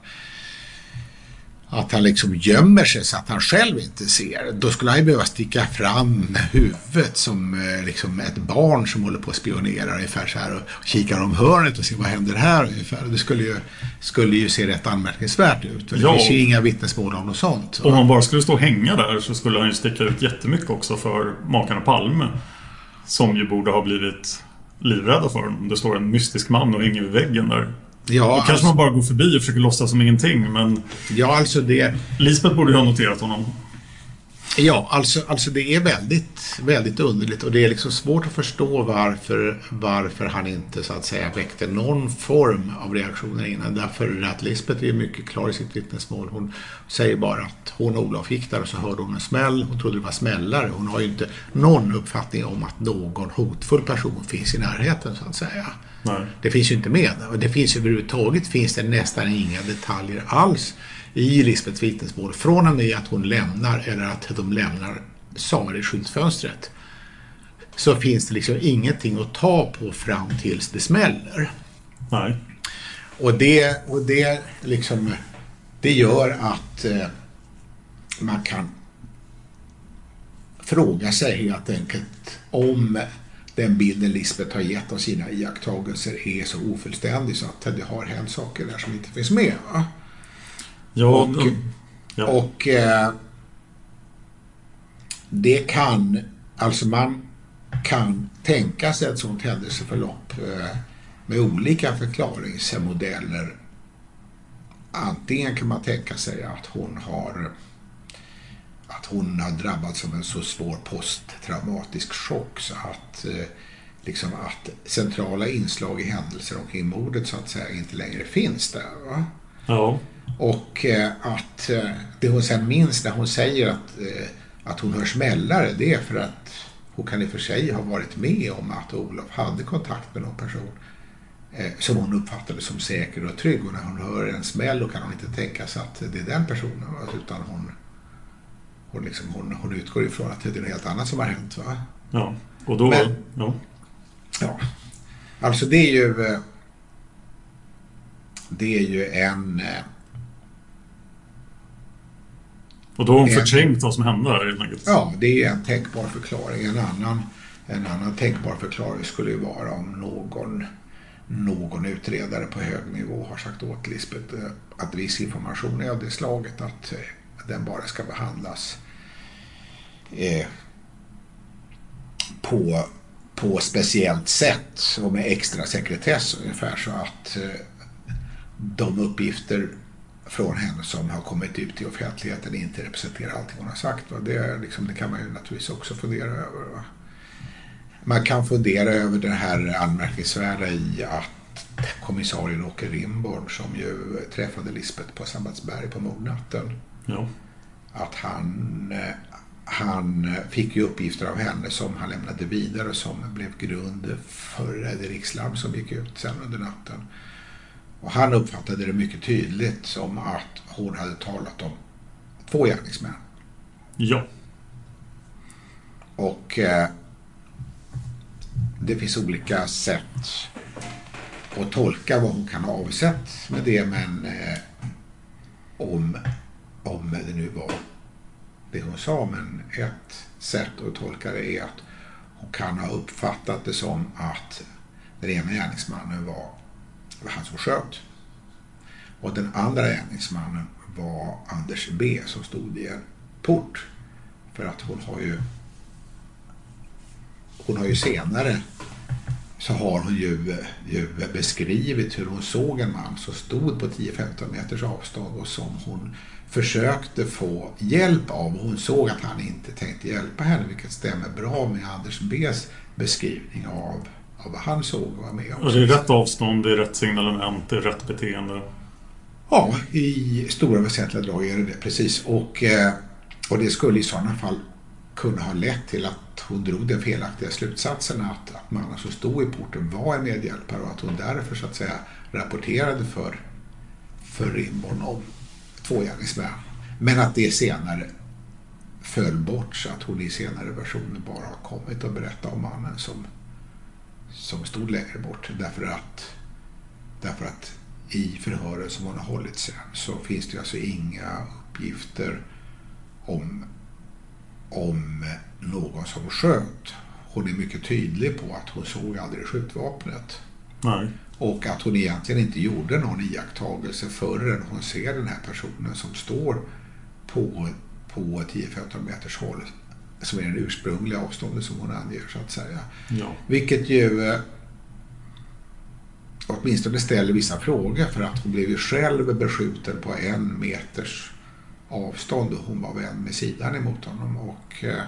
att han liksom gömmer sig så att han själv inte ser. Då skulle han ju behöva sticka fram med huvudet som liksom ett barn som håller på att spionera ungefär så här, och kikar om hörnet och ser vad händer här ungefär. Det skulle ju, skulle ju se rätt anmärkningsvärt ut. Det ja, finns ju inga vittnesmål om något sånt. Om han bara skulle stå och hänga där så skulle han ju sticka ut jättemycket också för makarna Palme, som ju borde ha blivit livrädda för honom. Det står en mystisk man och hänger vid väggen där. Ja, då kanske alltså, man bara går förbi och försöker låtsas som ingenting, men ja, alltså det... Lisbeth borde ju ha noterat honom. Ja, alltså, alltså det är väldigt, väldigt underligt, och det är liksom svårt att förstå varför, varför han inte, så att säga, väckte någon form av reaktioner innan. Därför att Lisbeth är mycket klar i sitt vittnesmål. Hon säger bara att hon och Olof gick där och så hörde hon en smäll. Hon trodde det var smällare. Hon har ju inte någon uppfattning om att någon hotfull person finns i närheten, så att säga. Nej. Det finns ju inte med. Och det finns ju överhuvudtaget finns det nästan inga detaljer alls i Lisbeths vittnesmål, från och med att hon lämnar eller att de lämnar Sara i skyltfönstret, så finns det liksom ingenting att ta på fram tills det smäller. Nej. Och det, och det liksom det gör att eh, man kan fråga sig helt enkelt om den bilden Lisbeth har gett av sina iakttagelser är så ofullständig så att det har hänt saker där som inte finns med, va? Ja, och ja. och eh, det kan, alltså man kan tänka sig ett sådant händelseförlopp eh, med olika förklaringsmodeller. Antingen kan man tänka sig att hon har att hon har drabbats av en så svår posttraumatisk chock så att eh, liksom att centrala inslag i händelser omkring mordet så att säga inte längre finns där, va? Ja. Och eh, att eh, det hon sen minns när hon säger att, eh, att hon hör smällare, det är för att hon kan i och för sig ha varit med om att Olof hade kontakt med någon person eh, som hon uppfattade som säker och trygg, och när hon hör en smäll då kan hon inte tänka sig att det är den personen, va? Utan hon, hon, liksom, hon, hon utgår ifrån att det är något helt annat som har hänt, va? Ja, och då... Men, ja. ja, alltså det är ju det är ju en och då har hon en, förträngt vad som hände här. Ja, det är en tänkbar förklaring. En annan, en annan tänkbar förklaring skulle ju vara om någon någon utredare på hög nivå har sagt åt Lisbeth att viss information är av det slaget att den bara ska behandlas eh, på på speciellt sätt och med extra sekretess ungefär, så att eh, de uppgifter från henne som har kommit ut i offentligheten inte representerar allting hon har sagt, va? Det, är liksom, det kan man ju naturligtvis också fundera över, va? Man kan fundera över det här anmärkningsvärda i att kommissarien Åke Rimborn, som ju träffade Lisbeth på Sabbatsberg på mordnatten, ja. att han eh, Han fick ju uppgifter av henne som han lämnade vidare, som blev grund för det rikslarm som gick ut sen under natten. Och han uppfattade det mycket tydligt som att hon hade talat om två gärningsmän. Ja. Och eh, det finns olika sätt att tolka vad hon kan ha avsett med det, men eh, om, om det nu var det hon sa, men ett sätt att tolka det är att hon kan ha uppfattat det som att den ena gärningsmannen var, var han som sköt, och den andra gärningsmannen var Anders B som stod i en port, för att hon har ju hon har ju senare så har hon ju, ju beskrivit hur hon såg en man som stod på tio till femton meters avstånd och som hon försökte få hjälp av. Hon såg att han inte tänkte hjälpa henne, vilket stämmer bra med Anders B's beskrivning av, av vad han såg och var med om. Och det är rätt avstånd, det är rätt signalement, det är rätt beteende. Ja, i stora väsentliga drag är det det, precis. Och, och det skulle i sådana fall kunna ha lett till att hon drog den felaktiga slutsatsen att, att mannen som stod i porten var en medhjälpare och att hon därför så att säga rapporterade för, för Rimborn om två gärningsmän. Men att det senare föll bort, så att hon i senare versioner bara har kommit och berättat om mannen som, som stod längre bort. Därför att, därför att i förhören som hon har hållit sen så finns det alltså inga uppgifter om om någon som sköt. Hon är mycket tydlig på att hon såg aldrig skjutvapnet. Nej. Och att hon egentligen inte gjorde någon iakttagelse förrän hon ser den här personen som står på, på tio till femton meters håll, som är den ursprungliga avståndet som hon anger, så att säga. Ja. Vilket ju eh, åtminstone ställer vissa frågor, för att hon blev ju själv beskjuten på en meters avstånd och hon var vän med sidan emot honom, och eh,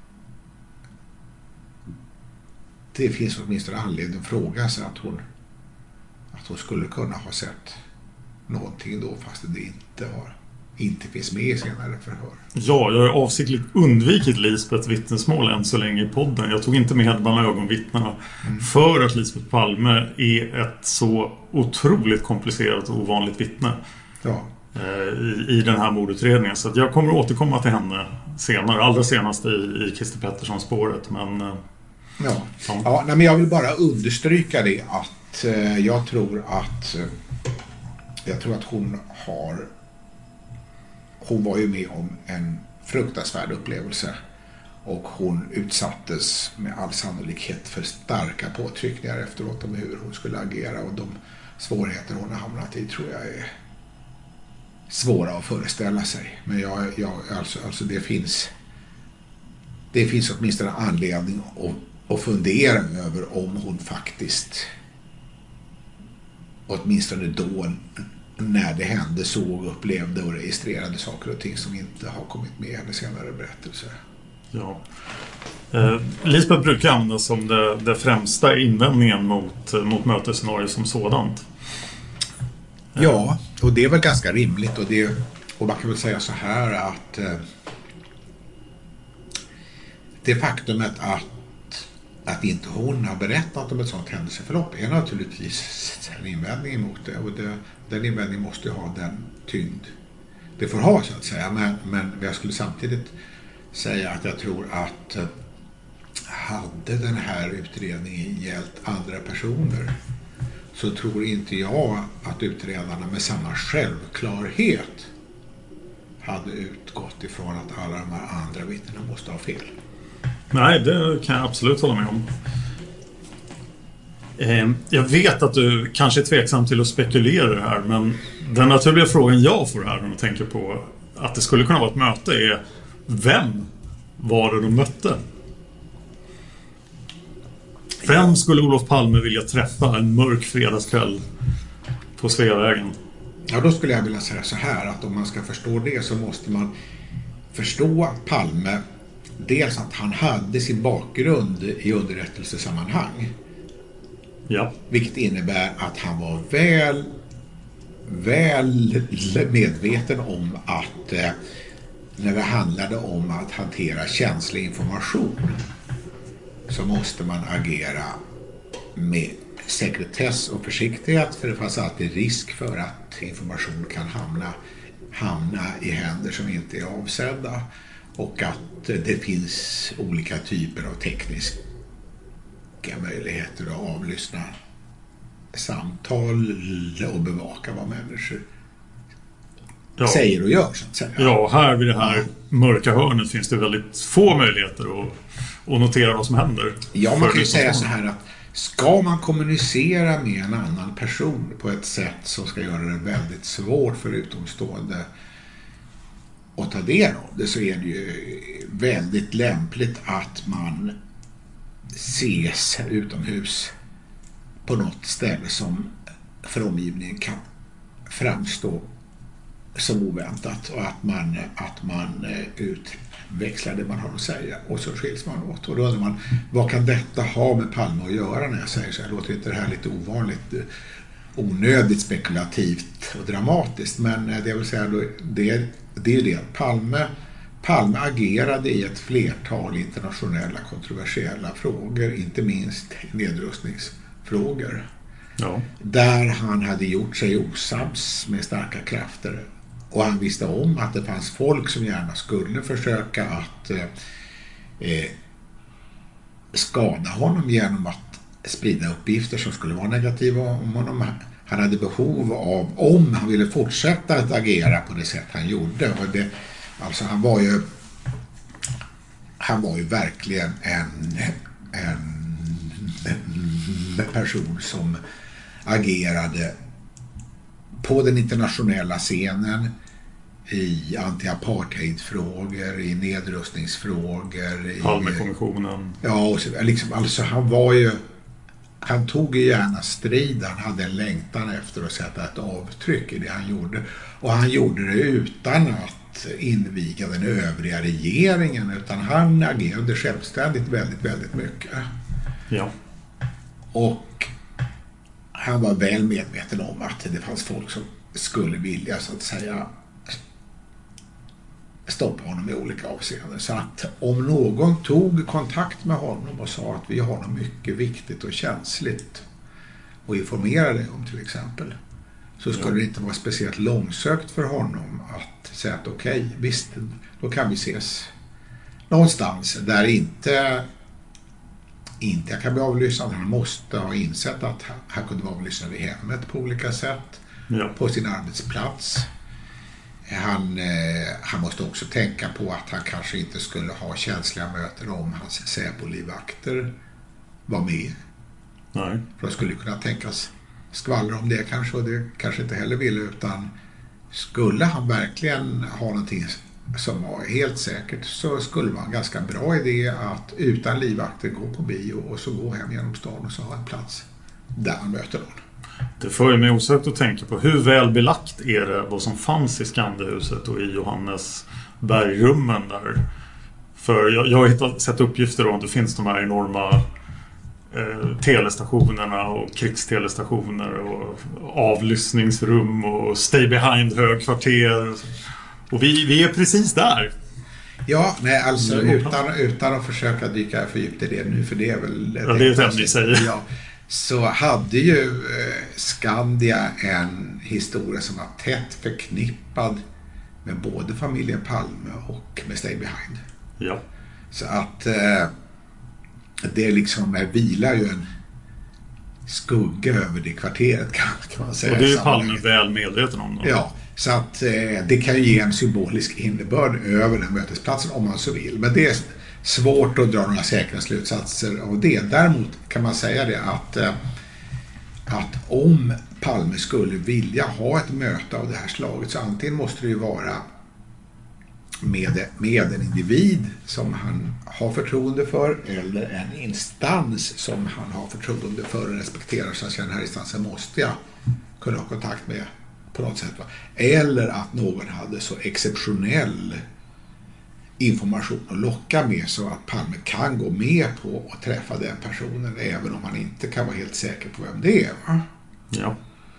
det finns åtminstone anledning att fråga sig att hon att hon skulle kunna ha sett någonting då, fast det inte har inte finns med i senare förhör. Ja, jag har avsiktligt undvikit Lisbeths vittnesmål än så länge i podden. Jag tog inte med bland ögonvittnarna mm. för att Lisbeth Palme är ett så otroligt komplicerat och ovanligt vittne. Ja. I, i den här mordutredningen, så att jag kommer att återkomma till henne senare, allra senast i, i Christer Petterssons spåret, men ja, ja. ja nej, men jag vill bara understryka det att eh, jag tror att eh, jag tror att hon har hon var ju med om en fruktansvärd upplevelse, och hon utsattes med all sannolikhet för starka påtryckningar efteråt om hur hon skulle agera, och de svårigheter hon har hamnat i tror jag är svåra att föreställa sig. Men jag, jag, alltså, alltså det finns det finns åtminstone anledning att, och fundera över om hon faktiskt, åtminstone då när det hände, såg, upplevde och registrerade saker och ting som inte har kommit med i hennes senare berättelse. Ja. Eh, Lisbeth brukar användas som det, det främsta invändningen mot, mot mötesscenario som sådant. Ja, och det är väl ganska rimligt, och, det, och man kan väl säga så här att eh, det faktumet att att inte hon har berättat om ett sådant händelseförlopp är naturligtvis en invändning emot det, och det, den invändningen måste ju ha den tyngd det får ha, så att säga, men, men jag skulle samtidigt säga att jag tror att hade den här utredningen gällt andra personer, så tror inte jag att utredarna med samma självklarhet hade utgått ifrån att alla de här andra vittnena måste ha fel. Nej, det kan jag absolut hålla med om. Eh, jag vet att du kanske är tveksam till att spekulera det här, men den naturliga frågan jag får här när man tänker på att det skulle kunna vara ett möte är: vem var det de mötte? Vem skulle Olof Palme vilja träffa en mörk fredagskväll på Sveavägen? Ja, då skulle jag vilja säga så här, att om man ska förstå det så måste man förstå att Palme, dels att han hade sin bakgrund i underrättelsesammanhang. Ja. Vilket innebär att han var väl, väl medveten om att eh, när det handlade om att hantera känslig information så måste man agera med sekretess och försiktighet, för det fanns alltid risk för att information kan hamna, hamna i händer som inte är avsedda, och att det finns olika typer av tekniska möjligheter att avlyssna samtal och bevaka vad människor ja. säger och gör, så att säga. Ja, här vid det här ja. mörka hörnet finns det väldigt få möjligheter att, att notera vad som händer. Ja, man kan ju säga så här att ska man kommunicera med en annan person på ett sätt som ska göra det väldigt svårt för utomstående att ta del av det, så är det ju väldigt lämpligt att man ses utomhus på något ställe som för omgivningen kan framstå som oväntat, och att man, att man utväxlar det man har att säga, och så skiljs man åt. Och då undrar man, vad kan detta ha med Palme att göra? När jag säger så här, låter inte det här lite ovanligt, onödigt spekulativt och dramatiskt, men det vill säga då, det, det är ju det. Palme, Palme agerade i ett flertal internationella kontroversiella frågor, inte minst nedrustningsfrågor. Ja. Där han hade gjort sig osams med starka krafter, och han visste om att det fanns folk som gärna skulle försöka att eh, skada honom genom att sprida uppgifter som skulle vara negativa om honom. Han hade behov av, om han ville fortsätta att agera på det sätt han gjorde, och det, alltså han var ju han var ju verkligen en, en, en person som agerade på den internationella scenen i anti-apartheidfrågor, i nedrustningsfrågor, i Palmekommissionen. Ja, och så, liksom, alltså han var ju han tog ju gärna strid, han hade en längtan efter att sätta ett avtryck i det han gjorde, och han gjorde det utan att inviga den övriga regeringen, utan han agerade självständigt väldigt, väldigt mycket. Ja. Och han var väl medveten om att det fanns folk som skulle vilja, så att säga, stoppa honom i olika avseenden. Så att om någon tog kontakt med honom och sa att vi har något mycket viktigt och känsligt och informera dig om, till exempel, så skulle ja. det inte vara speciellt långsökt för honom att säga att okej, okay, visst, då kan vi ses någonstans där inte inte jag kan bli avlyssnad. Han måste ha insett att han kunde vara avlyssnad i hemmet på olika sätt, ja. på sin arbetsplats. Han, eh, han måste också tänka på att han kanske inte skulle ha känsliga möten om hans säpo-livvakter var med. Nej. För då skulle kunna tänkas skvallra om det kanske, och det kanske inte heller ville, utan skulle han verkligen ha någonting som var helt säkert så skulle vara en ganska bra idé att utan livvakter gå på bio och så gå hem genom stan och så ha en plats där man möter någon. Det får mig osökt att tänka på hur väl belagt är det vad som fanns i Skandihuset och i Johannesbergrummen där. För jag, jag har hittat, sett uppgifter om att det finns de här enorma eh, telestationerna och krigstelestationer och avlyssningsrum och stay behind högkvarter. Och vi, vi är precis där. Ja, nej, alltså utan, utan att försöka dyka för djupt i det nu, för det är väl... Ja, det är det ni säger. Ja, så hade ju eh, Skandia en historia som var tätt förknippad med både familjen Palme och med Stay Behind. Ja. Så att eh, det liksom är, vilar ju en skugga över det kvarteret kan, kan man säga. Och det är ju Palme väl medveten om då. Ja, så att eh, det kan ju ge en symbolisk innebörd över den mötesplatsen om man så vill. Men det är svårt att dra några säkra slutsatser av det. Däremot kan man säga det att, eh, att om Palme skulle vilja ha ett möte av det här slaget så antingen måste det ju vara med, med en individ som han har förtroende för eller en instans som han har förtroende för och respekterar, så att den här instansen måste jag kunna ha kontakt med på något sätt. Va? Eller att någon hade så exceptionell information att locka med så att Palme kan gå med på att träffa den personen även om han inte kan vara helt säker på vem det är. Va? Ja.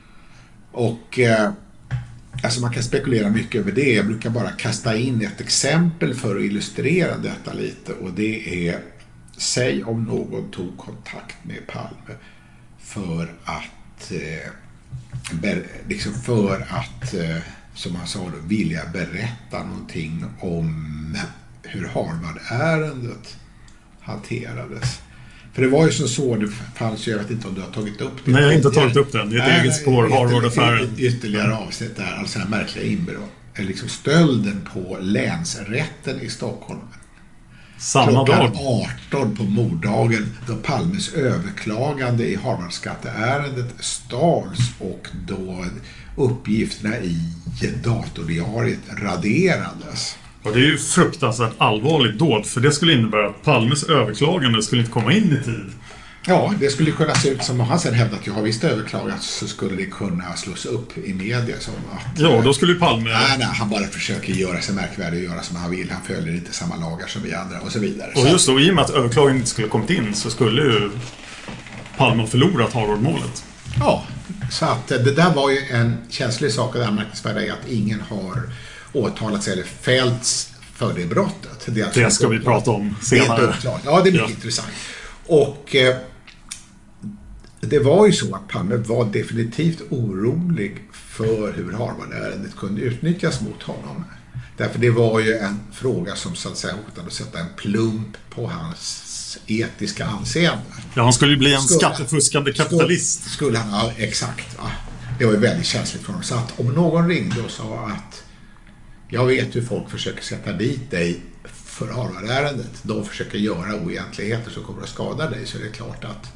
Och eh, alltså man kan spekulera mycket över det. Jag brukar bara kasta in ett exempel för att illustrera detta lite, och det är, säg om någon tog kontakt med Palme för att eh, ber, liksom för att eh, som han sa då, vilja berätta någonting om hur Harvard-ärendet hanterades. För det var ju så så, det fanns ju, jag vet inte om du har tagit upp det. Nej, jag har inte tagit upp den. Det är ett nej, eget spår, Harvard-affären. Ytterligare avsnitt där, alltså här märkliga inbrott. Liksom stölden på länsrätten i Stockholm. Samma dag. arton på morddagen då Palmes överklagande i Harvard-skatteärendet stals och då uppgifterna i datordiariet raderades. Och det är ju fruktansvärt allvarligt dåd, för det skulle innebära att Palmes överklagande skulle inte komma in i tid. Ja, det skulle kunna se ut som om han sen hävdat att jag har visst överklagat, så skulle det kunna slås upp i media som att... Ja, då skulle Palme... Nej, nej, han bara försöker göra sig märkvärdig och göra som han vill. Han följer inte samma lagar som vi andra och så vidare. Och just då, i och med att överklagandet inte skulle kommit in så skulle ju Palme ha förlorat Harvard-målet. Ja, så att det där var ju en känslig sak, och det anmärkningsvärda är att ingen har åtalats eller fällts för det brottet. Det, alltså det ska vi prata om senare. Ja, det är mycket ja. intressant. Och eh, det var ju så att Palme var definitivt orolig för hur Harvard-ärendet kunde utnyttjas mot honom. Därför det var ju en fråga som så att säga hotade att sätta en plump på hans etiska anseende. Ja, han skulle ju bli en skulle, skattefuskande kapitalist. Skulle, skulle han, ja, exakt. Va? Det var ju väldigt känsligt för honom. Så att om någon ringde och sa att jag vet hur folk försöker sätta dit dig för Harvard-ärendet, de försöker göra oegentligheter som kommer att skada dig, så är det klart att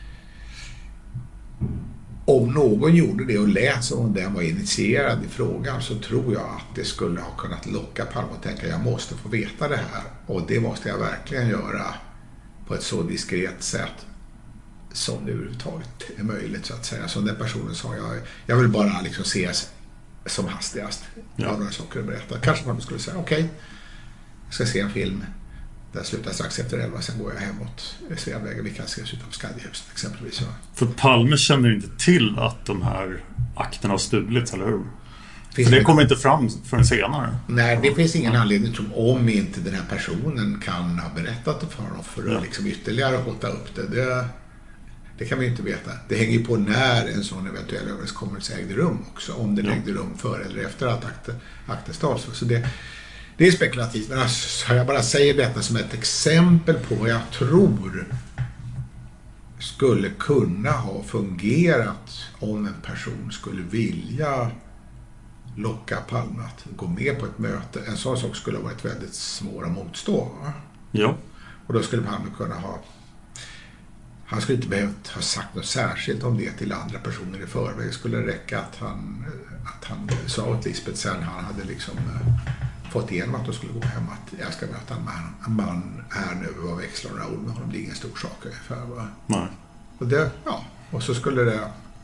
om någon gjorde det och lät som om den var initierad i frågan, så tror jag att det skulle ha kunnat locka Palme att tänka jag måste få veta det här, och det måste jag verkligen göra på ett så diskret sätt som det överhuvudtaget är möjligt, så att säga. Som den personen sa, jag, jag vill bara liksom ses som hastigast. Jag har några saker att berätta. Kanske man skulle säga, okej, okay, jag ska se en film. Där slutar strax efter elva, sen går jag hemåt Sveavägen. Vi kan ses utanför Skandihuset exempelvis. För Palme känner inte till att de här akterna har stulits, eller hur? Finns För det kommer inte fram förrän senare. Nej, det finns ingen anledning till om inte den här personen kan ha berättat det för honom för att ja. liksom ytterligare hota upp det. det. Det kan vi inte veta. Det hänger ju på när en sån eventuell överenskommelse ägde rum också. Om den ja. ägde rum före eller efter att akten stals. Så det, det är spekulativt. Men alltså, jag bara säger detta som ett exempel på vad jag tror skulle kunna ha fungerat om en person skulle vilja locka Palme att gå med på ett möte. En sån sak skulle ha varit väldigt svår att motstå. Va? Ja. Och då skulle Palme kunna ha... Han skulle inte behövt ha sagt något särskilt om det till andra personer i förväg. Det skulle räcka att han, att han sa åt Lisbeth sen han hade liksom fått igenom att de skulle gå hem, att jag ska möta en man, en man här nu och växla några ord med honom. Det är ingen stor sak ungefär, va? Nej. Och det, ja, och så skulle det...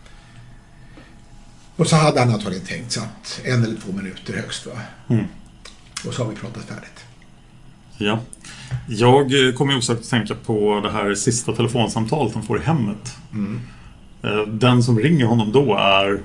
Och så hade han antagligen tänkt så att en eller två minuter högst, va? Mm. Och så har vi pratat färdigt. Ja. Jag kommer ju också att tänka på det här sista telefonsamtalet han får i hemmet. Mm. Den som ringer honom då är...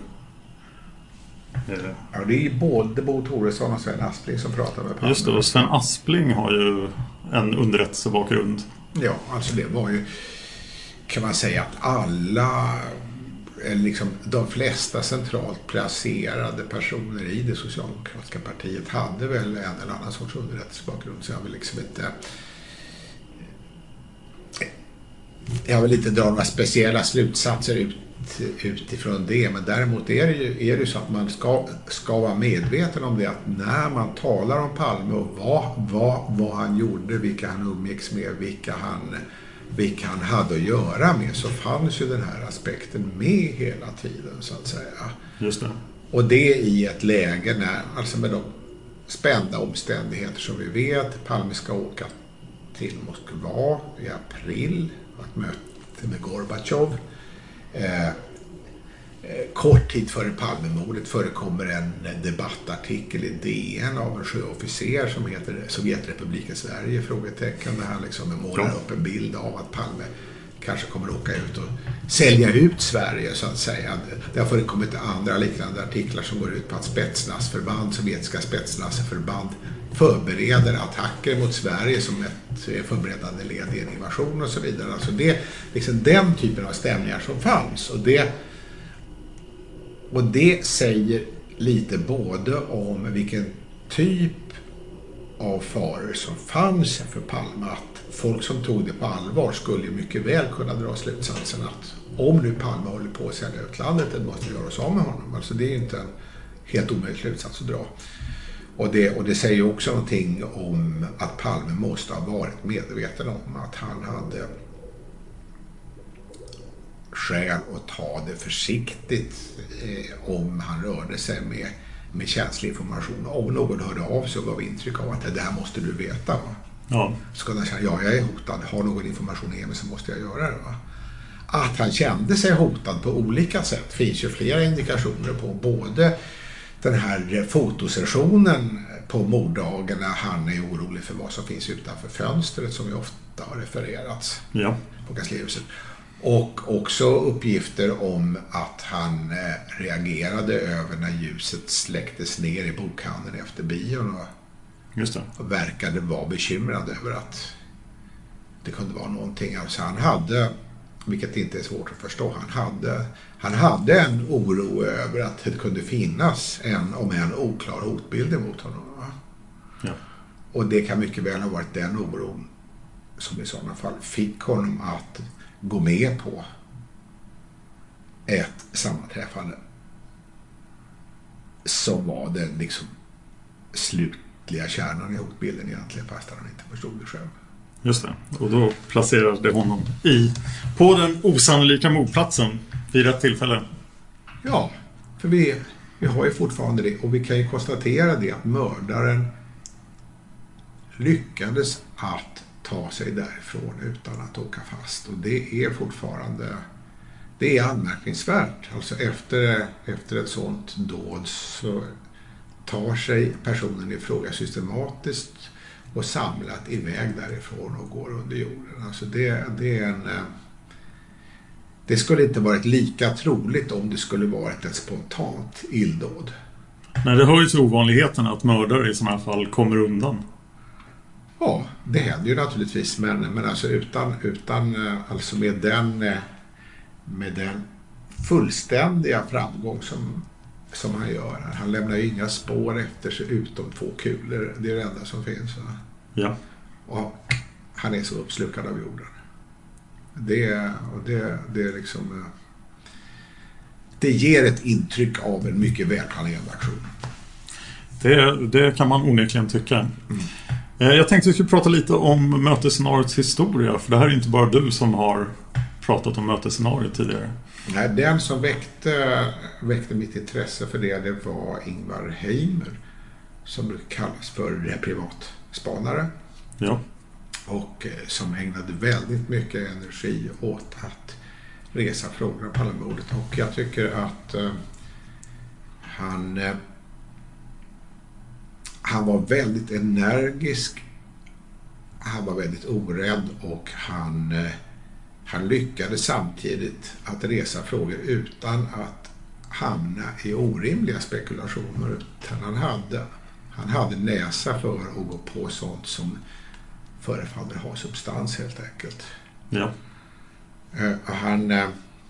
Ja, det är både Bo Toresson och Sven Aspling som pratar med Palme. Just det, och Sven Aspling har ju en underrättelsebakgrund. Ja, alltså det var ju, kan man säga, att alla, eller liksom de flesta centralt placerade personer i det socialdemokratiska partiet hade väl en eller annan sorts underrättelsebakgrund. Så jag vill liksom inte jag vill inte dra några speciella slutsatser ut, utifrån det, men däremot är det ju är det så att man ska, ska vara medveten om det, att när man talar om Palme och vad, vad, vad han gjorde, vilka han umgicks med, vilka han, vilka han hade att göra med, så fanns ju den här aspekten med hela tiden, så att säga. Just det. Och det i ett läge när, alltså med de spända omständigheter som vi vet, Palme ska åka till Moskva i april, ett möte med Gorbachev. Eh, kort tid före Palmemordet förekommer en debattartikel i D N av en sjöofficer som heter Sovjetrepubliken Sverige, frågetecken, där han liksom målar upp en bild av att Palme kanske kommer att åka ut och sälja ut Sverige, så att säga. Det har förekommit andra liknande artiklar som går ut på att Spetsnaz-förband, sovjetiska Spetsnaz-förband förbereder attacker mot Sverige som ett förberedande led i en invasion och så vidare. Alltså det, liksom den typen av stämningar som fanns. Och det, och det säger lite både om vilken typ av faror som fanns för Palme, att folk som tog det på allvar skulle mycket väl kunna dra slutsatsen att om nu Palme håller på att sälja ut landet, det måste vi göra oss av med honom. Alltså det är inte en helt omöjlig slutsats att dra. Och det, och det säger också någonting om att Palme måste ha varit medveten om att han hade skäl att ta det försiktigt eh, om han rörde sig med, med känslig information. Om någon hörde av sig och gav intryck av att det här måste du veta, va? Ja. Så kunde han säga, ja, jag är hotad, har någon information i mig så måste jag göra det, va? Att han kände sig hotad på olika sätt finns ju flera indikationer på, både den här fotosessionen på morddagen när han är orolig för vad som finns utanför fönstret, som ju ofta har refererats ja. på kanslihuset. Och också uppgifter om att han reagerade över när ljuset släcktes ner i bokhandeln efter bion och, Just det. och verkade vara bekymrad över att det kunde vara någonting. Alltså han hade, vilket inte är svårt att förstå, han hade, han hade en oro över att det kunde finnas en, om en oklar hotbild emot honom. Ja. Och det kan mycket väl ha varit den oron som i sådana fall fick honom att gå med på ett sammanträffande som var den liksom slutliga kärnan i hotbilden egentligen, fast han inte förstod det själv. Just det, och då placerade det honom i, på den osannolika mordplatsen vid rätt tillfälle. Ja, för vi, vi har ju fortfarande det, och vi kan ju konstatera det att mördaren lyckades att ta sig därifrån utan att åka fast, och det är fortfarande, det är anmärkningsvärt. Alltså efter, efter ett sånt dåd så tar sig personen i fråga systematiskt och samlat iväg därifrån och går under jorden. Alltså det, det är en, det skulle inte varit lika troligt om det skulle varit ett spontant illdåd. Nej, det hör ju till ovanligheten att mördare i sådana här fall kommer undan. Ja, det händer ju naturligtvis, men, men alltså utan, utan alltså med den, med den fullständiga framgång som, som han gör. Han lämnar ju inga spår efter sig utom två kulor. Det är det enda som finns. Va? Ja. Och han är så uppslukad av jorden. Det, och det, det är liksom, det ger ett intryck av en mycket välplanerad aktion. Det, det kan man onekligen tycka. Mm. Jag tänkte att vi skulle prata lite om mötesscenariets historia, för det här är inte bara du som har pratat om mötesscenariet tidigare. Nej, den som väckte, väckte mitt intresse för det, det var Ingvar Heimer, som brukar kallas för privatspanare. Ja. Och som ägnade väldigt mycket energi åt att resa frågor om Palmemordet. Och jag tycker att eh, han, eh, han var väldigt energisk, han var väldigt orädd och han, eh, han lyckades samtidigt att resa frågor utan att hamna i orimliga spekulationer. Utan han hade, han hade näsa för att gå på sånt som förefaller ha substans helt enkelt. Ja. Uh, han, uh,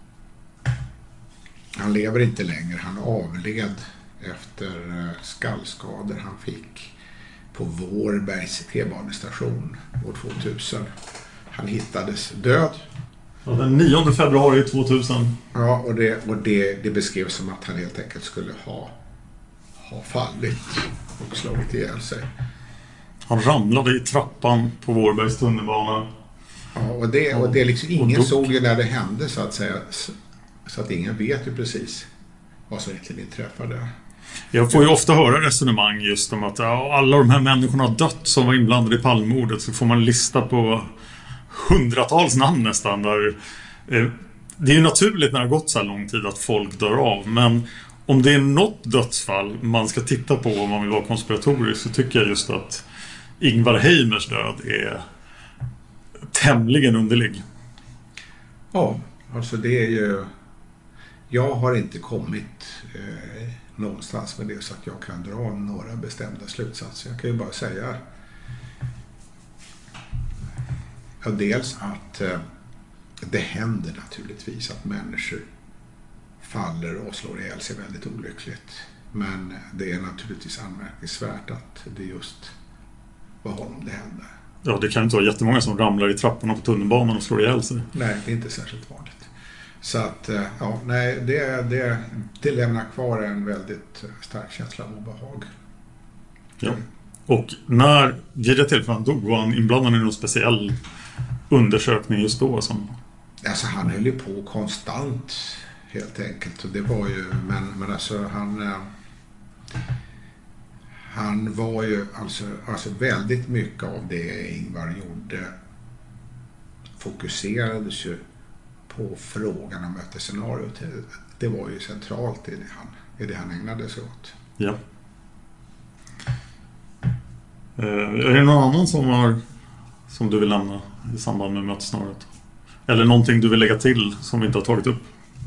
han lever inte längre. Han avled efter uh, skallskador han fick på Vårbergs T-banestation år tvåtusen. Han hittades död. Ja, den nionde februari tvåtusen. Ja, och, det, och det, det beskrevs som att han helt enkelt skulle ha, ha fallit och slagit ihjäl sig. Han ramlade i trappan på Vårbergs tunnelbana. Ja, och det, och det är liksom, ingen såg ju när det hände så att säga. Så att ingen vet ju precis vad som egentligen inträffade. Jag får ju ofta höra resonemang just om att ja, alla de här människorna har dött som var inblandade i Palmemordet. Så får man en lista på hundratals namn nästan. Där, eh, det är ju naturligt när det har gått så här lång tid att folk dör av. Men om det är något dödsfall man ska titta på om man vill vara konspiratorisk, så tycker jag just att Ingvar Heimers död är tämligen underlig. Ja, alltså det är ju... Jag har inte kommit eh, någonstans med det så att jag kan dra några bestämda slutsatser. Jag kan ju bara säga ja, dels att eh, det händer naturligtvis att människor faller och slår ihjäl sig väldigt olyckligt. Men det är naturligtvis anmärkningsvärt att det just var honom det hände. Ja, det kan inte vara jättemånga som ramlar i trapporna på tunnelbanan och slår ihjäl sig. Nej, det är inte särskilt vanligt. Så att, ja, nej, det, det, det lämnar kvar en väldigt stark känsla av obehag. Ja, och när vid det tillfället han dog, var han inblandad i någon speciell undersökning just då? Som... Alltså han höll ju på konstant helt enkelt. Och det var ju, men, men alltså han... Han var ju alltså, alltså väldigt mycket av det Ingvar gjorde fokuserades ju på frågan om mötesscenariot. Det var ju centralt i det han, i det han ägnade sig åt. Ja. Eh, är det någon annan som har som du vill nämna i samband med mötesscenariot? Eller någonting du vill lägga till som vi inte har tagit upp?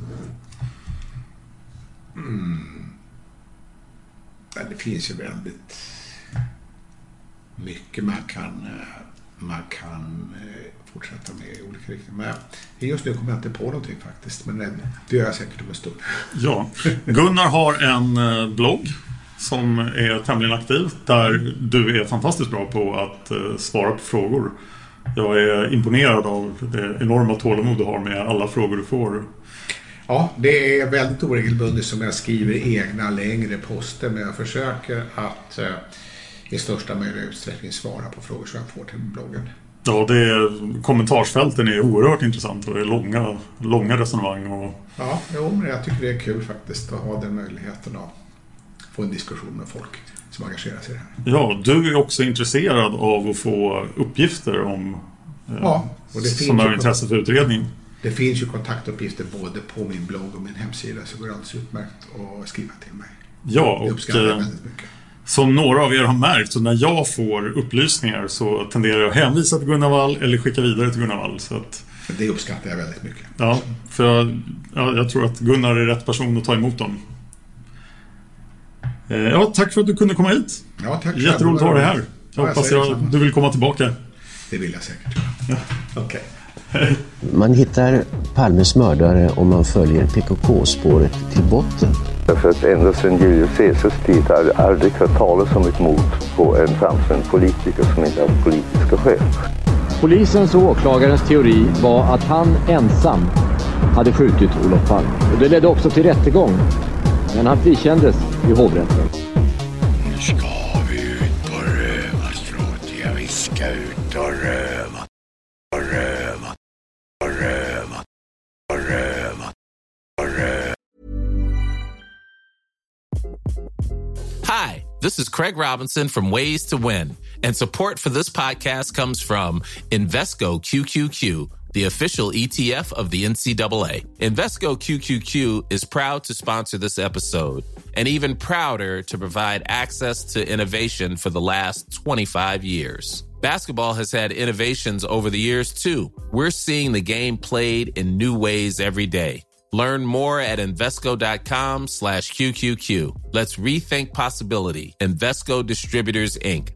Mm. Det finns ju väldigt mycket man kan, man kan fortsätta med i olika riktningar. Men just nu kommer jag inte på någonting faktiskt, men det gör jag säkert om en stund. Ja, Gunnar har en blogg som är tämligen aktiv där du är fantastiskt bra på att svara på frågor. Jag är imponerad av det enorma tålamod du har med alla frågor du får. Ja, det är väldigt oregelbundet som jag skriver egna längre poster, men jag försöker att eh, i största möjliga utsträckning svara på frågor som jag får till bloggen. Ja, det är, kommentarsfälten är oerhört intressant och det är långa, långa resonemang. Och... Ja, jo, men jag tycker det är kul faktiskt att ha den möjligheten att få en diskussion med folk som engagerar sig i det här. Ja, du är också intresserad av att få uppgifter om eh, ja, och det som är intresse för utredning. Det finns ju kontaktuppgifter både på min blogg och min hemsida, så går det alldeles utmärkt att skriva till mig. Ja, och eh, som några av er har märkt, så när jag får upplysningar så tenderar jag att hänvisa till Gunnar Wall eller skicka vidare till Gunnar Wall. Så att, det uppskattar jag väldigt mycket. Ja, för jag, ja, jag tror att Gunnar är rätt person att ta emot dem. Eh, ja, tack för att du kunde komma hit. Ja, tack. Jätteroligt att ha dig här. Jag ja, hoppas jag jag, du vill komma tillbaka. Det vill jag säkert göra. Ja. Okej. Okay. Man hittar Palmes mördare om man följer P K K-spåret till botten. Därför att ända sedan Julius Caesars tid har det aldrig hört talas om ett mord på en framstående politiker som inte har politiska skäl. Polisens och åklagarens teori var att han ensam hade skjutit Olof Palme. Och det ledde också till rättegång. Men han frikändes i hovrätten. Nu ska vi ut på rövarstråt. Ja, vi ska ut och röva. Och röva. Och röva. Och röva. Och röva. Hi, This is Craig Robinson from Ways to Win, and support for this podcast comes from Invesco Q Q Q, the official E T F of the N C double A. Invesco Q Q Q is proud to sponsor this episode, and even prouder to provide access to innovation for the last twenty-five years. Basketball has had innovations over the years, too. We're seeing the game played in new ways every day. Learn more at Invesco.com slash QQQ. Let's rethink possibility. Invesco Distributors, Incorporated.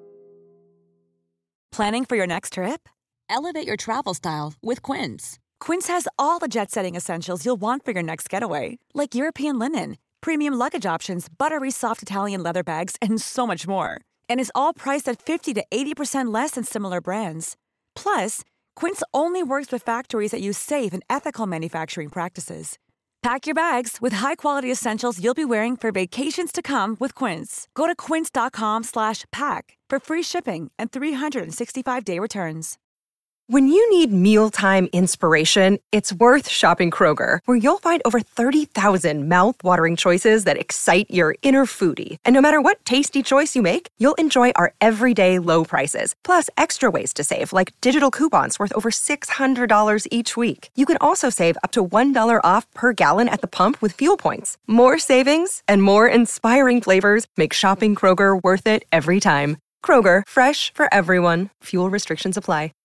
Planning for your next trip? Elevate your travel style with Quince. Quince has all the jet-setting essentials you'll want for your next getaway, like European linen, premium luggage options, buttery soft Italian leather bags, and so much more. And is all priced at fifty to eighty percent less than similar brands. Plus, Quince only works with factories that use safe and ethical manufacturing practices. Pack your bags with high-quality essentials you'll be wearing for vacations to come with Quince. Go to quince.com slash pack for free shipping and three sixty-five day returns. When you need mealtime inspiration, it's worth shopping Kroger, where you'll find over thirty thousand mouth-watering choices that excite your inner foodie. And no matter what tasty choice you make, you'll enjoy our everyday low prices, plus extra ways to save, like digital coupons worth over six hundred dollars each week. You can also save up to one dollar off per gallon at the pump with fuel points. More savings and more inspiring flavors make shopping Kroger worth it every time. Kroger, fresh for everyone. Fuel restrictions apply.